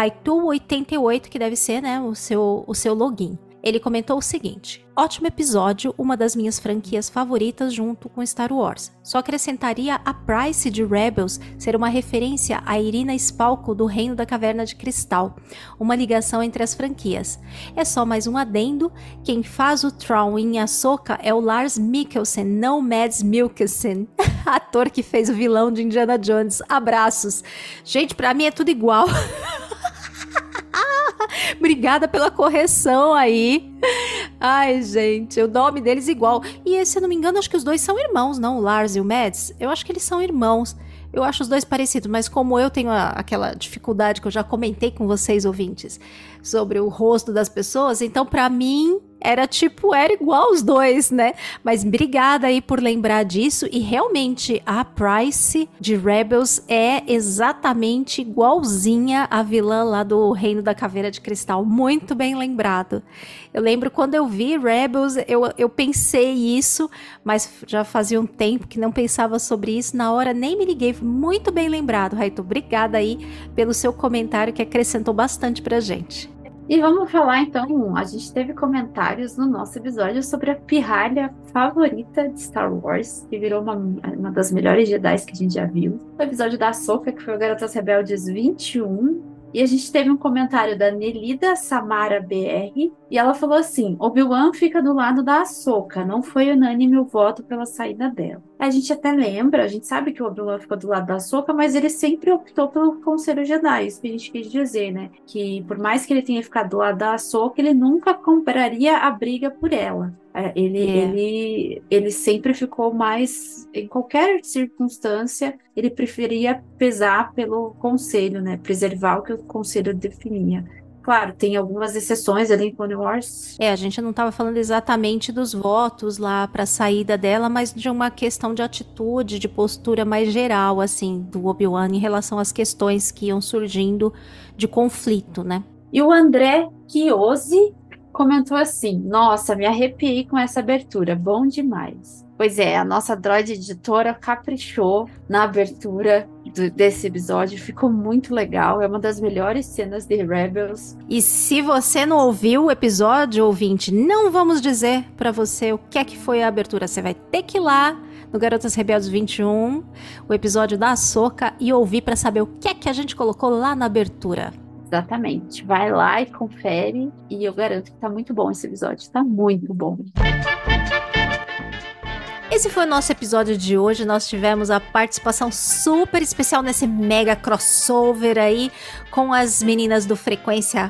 Raitu88, que deve ser, né, o seu login. Ele comentou o seguinte: ótimo episódio, uma das minhas franquias favoritas junto com Star Wars. Só acrescentaria a Price de Rebels ser uma referência a Irina Spalko do Reino da Caverna de Cristal, uma ligação entre as franquias. É só mais um adendo, quem faz o Thrawn em Ahsoka é o Lars Mikkelsen, não Mads Mikkelsen, ator que fez o vilão de Indiana Jones. Abraços. Gente, pra mim é tudo igual. Obrigada pela correção aí. Ai, gente, o nome deles é igual. E se eu não me engano, acho que os dois são irmãos, não? O Lars e o Mads. Eu acho que eles são irmãos. Eu acho os dois parecidos, mas como eu tenho aquela dificuldade que eu já comentei com vocês, ouvintes, sobre o rosto das pessoas, então pra mim era igual os dois, né? Mas obrigada aí por lembrar disso. E realmente a Price de Rebels é exatamente igualzinha a vilã lá do Reino da Caveira de Cristal. Muito bem lembrado. Eu lembro quando eu vi Rebels, eu pensei isso, mas já fazia um tempo que não pensava sobre isso. Na hora nem me liguei. Muito bem lembrado, Raitu. Obrigada aí pelo seu comentário que acrescentou bastante pra gente. E vamos falar então, a gente teve comentários no nosso episódio sobre a pirralha favorita de Star Wars, que virou uma das melhores Jedi que a gente já viu. O episódio da Ahsoka, que foi o Garotas Rebeldes 21. E a gente teve um comentário da Nelida Samara BR, e ela falou assim: Obi-Wan fica do lado da Ahsoka, não foi unânime o voto pela saída dela. A gente até lembra, a gente sabe que o Obi-Wan ficou do lado da Ahsoka, mas ele sempre optou pelo Conselho Jedi, isso que a gente quis dizer, né? Que por mais que ele tenha ficado do lado da Ahsoka, ele nunca compraria a briga por ela. Ele sempre ficou mais, em qualquer circunstância, ele preferia pesar pelo conselho, né? Preservar o que o conselho definia. Claro, tem algumas exceções ali em Clone Wars. A gente não estava falando exatamente dos votos lá para a saída dela, mas de uma questão de atitude, de postura mais geral, assim, do Obi-Wan em relação às questões que iam surgindo de conflito, né? E o André Chiosi comentou assim: nossa, me arrepiei com essa abertura, bom demais. Pois é, a nossa droid editora caprichou na abertura desse episódio, ficou muito legal, é uma das melhores cenas de Rebels. E se você não ouviu o episódio, ouvinte, não vamos dizer pra você o que é que foi a abertura, você vai ter que ir lá no Garotas Rebeldes 21, o episódio da Ahsoka, e ouvir pra saber o que é que a gente colocou lá na abertura. Exatamente, vai lá e confere, e eu garanto que tá muito bom esse episódio, tá muito bom. Esse foi o nosso episódio de hoje. Nós tivemos a participação super especial nesse mega crossover aí com as meninas do Frequências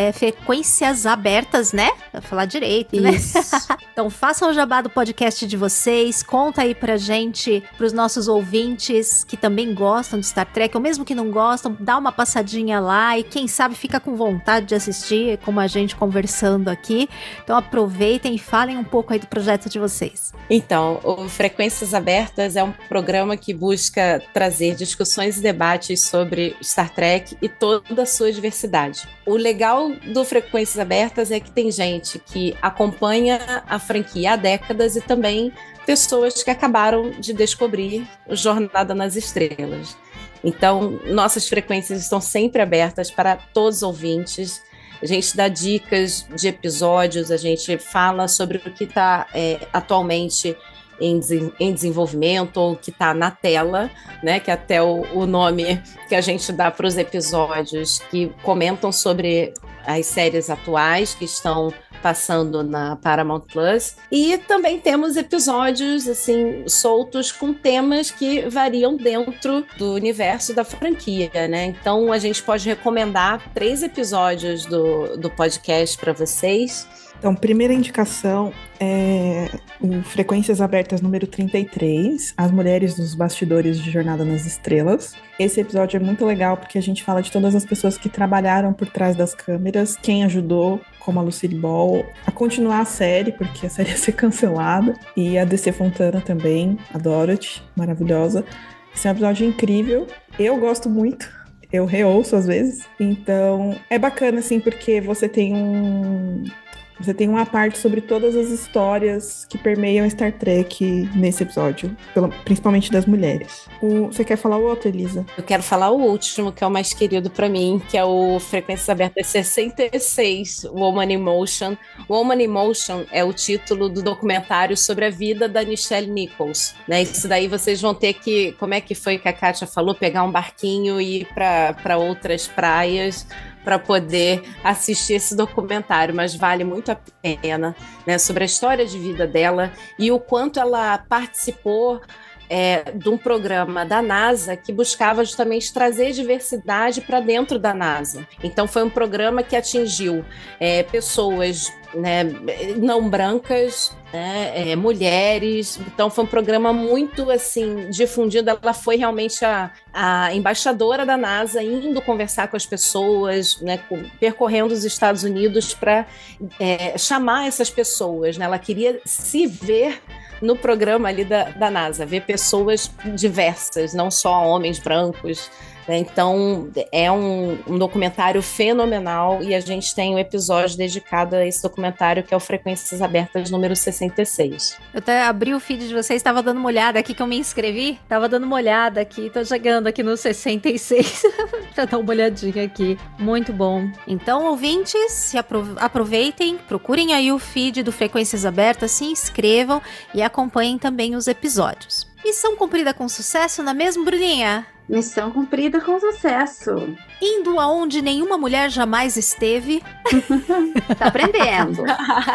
Abertas, né? Vou falar direito, né? Então façam o jabá do podcast de vocês, conta aí pra gente, pros nossos ouvintes que também gostam de Star Trek, ou mesmo que não gostam, dá uma passadinha lá e quem sabe fica com vontade de assistir, como a gente conversando aqui. Então aproveitem e falem um pouco aí do projeto de vocês. Então, o Frequências Abertas é um programa que busca trazer discussões e debates sobre Star Trek e toda a sua diversidade. O legal do Frequências Abertas é que tem gente que acompanha a franquia há décadas e também pessoas que acabaram de descobrir Jornada nas Estrelas. Então, nossas frequências estão sempre abertas para todos os ouvintes. A gente dá dicas de episódios, a gente fala sobre o que está atualmente em desenvolvimento ou que está na tela, né? Que é até o nome que a gente dá para os episódios que comentam sobre as séries atuais que estão passando na Paramount Plus. E também temos episódios assim soltos com temas que variam dentro do universo da franquia, né? Então a gente pode recomendar 3 episódios do podcast para vocês. Então, primeira indicação é o Frequências Abertas número 33, As Mulheres dos Bastidores de Jornada nas Estrelas. Esse episódio é muito legal porque a gente fala de todas as pessoas que trabalharam por trás das câmeras, quem ajudou, como a Lucille Ball, a continuar a série, porque a série ia ser cancelada, e a DC Fontana também, a Dorothy, maravilhosa. Esse é um episódio incrível, eu gosto muito. Eu reouço às vezes. Então, é bacana, assim, porque você tem uma parte sobre todas as histórias que permeiam Star Trek nesse episódio, principalmente das mulheres. Você quer falar o outro, Elisa? Eu quero falar o último, que é o mais querido para mim, que é o Frequências Abertas 66, Woman in Motion. Woman in Motion é o título do documentário sobre a vida da Nichelle Nichols, né? Isso daí vocês vão ter que, como é que foi que a Kátia falou, pegar um barquinho e ir para outras praias para poder assistir esse documentário, mas vale muito a pena, né, sobre a história de vida dela e o quanto ela participou de um programa da NASA que buscava justamente trazer diversidade para dentro da NASA. Então foi um programa que atingiu pessoas, né, não brancas, né, mulheres. Então foi um programa muito assim difundido. Ela foi realmente a embaixadora da NASA, indo conversar com as pessoas, né, percorrendo os Estados Unidos para chamar essas pessoas, né? Ela queria se ver no programa ali da NASA, ver pessoas diversas, não só homens brancos, né? Então é um documentário fenomenal e a gente tem um episódio dedicado a esse documentário que é o Frequências Abertas número 66. Eu até abri o feed de vocês, estava dando uma olhada aqui que eu me inscrevi, estava dando uma olhada aqui, tô chegando aqui no 66 para dar uma olhadinha aqui, muito bom. Então, ouvintes, aproveitem, procurem aí o feed do Frequências Abertas, se inscrevam e acompanhem também os episódios. Missão cumprida com sucesso, não é mesmo, Bruninha? Missão cumprida com sucesso. Indo aonde nenhuma mulher jamais esteve. Tá aprendendo.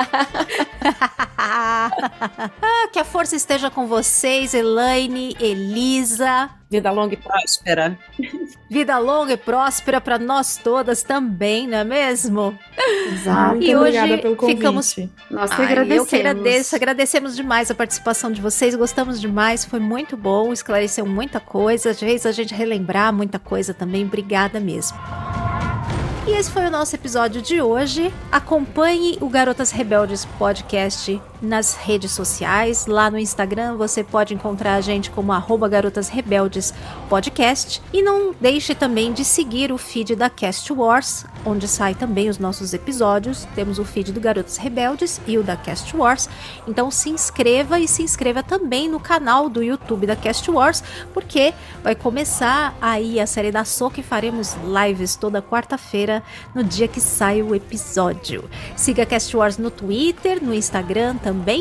Que a força esteja com vocês, Elaine, Elisa. Vida longa e próspera. Vida longa e próspera para nós todas também, não é mesmo? Exato. E muito hoje obrigada pelo convite. Ficamos... Nós que agradecemos. Eu que agradeço, agradecemos demais a participação de vocês, gostamos demais, foi muito bom, esclareceu muita coisa, fez a gente relembrar muita coisa também, obrigada mesmo. E esse foi o nosso episódio de hoje. Acompanhe o Garotas Rebeldes Podcast nas redes sociais. Lá no Instagram você pode encontrar a gente como @GarotasRebeldesPodcast. E não deixe também de seguir o feed da Cast Wars, onde sai também os nossos episódios. Temos o feed do Garotas Rebeldes e o da Cast Wars. Então se inscreva e se inscreva também no canal do YouTube da Cast Wars, porque vai começar aí a série da Soca e faremos lives toda quarta-feira no dia que sai o episódio. Siga a Cast Wars no Twitter, no Instagram também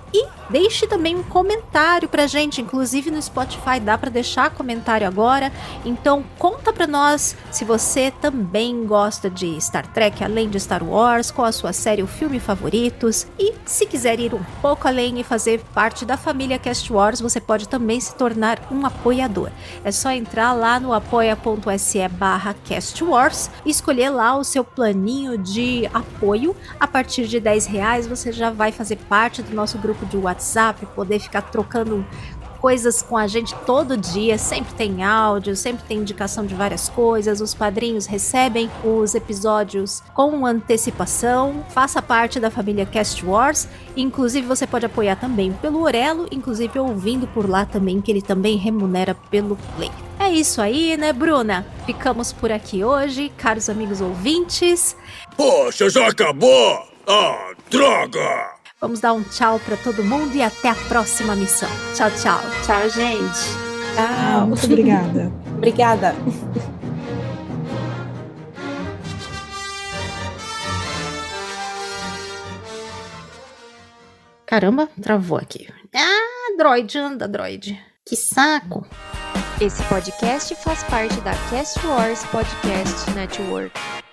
E deixe também um comentário pra gente, inclusive no Spotify dá pra deixar comentário agora. Então conta pra nós se você também gosta de Star Trek além de Star Wars, qual a sua série ou filme favoritos. E se quiser ir um pouco além e fazer parte da família Cast Wars, você pode também se tornar um apoiador. É só entrar lá no apoia.se/castwars e escolher lá o seu planinho de apoio. A partir de R$10 você já vai fazer parte do nosso grupo de WhatsApp, poder ficar trocando coisas com a gente todo dia, sempre tem áudio, sempre tem indicação de várias coisas, os padrinhos recebem os episódios com antecipação, faça parte da família Cast Wars, inclusive você pode apoiar também pelo Orelo, inclusive ouvindo por lá também, que ele também remunera pelo Play. É isso aí, né, Bruna? Ficamos por aqui hoje, caros amigos ouvintes. Poxa, já acabou! Ah, droga! Vamos dar um tchau pra todo mundo e até a próxima missão. Tchau, tchau. Tchau, gente. Tchau. Muito obrigada. Obrigada. Caramba, travou aqui. Ah, droid, anda, droid. Que saco. Esse podcast faz parte da Cast Wars Podcast Network.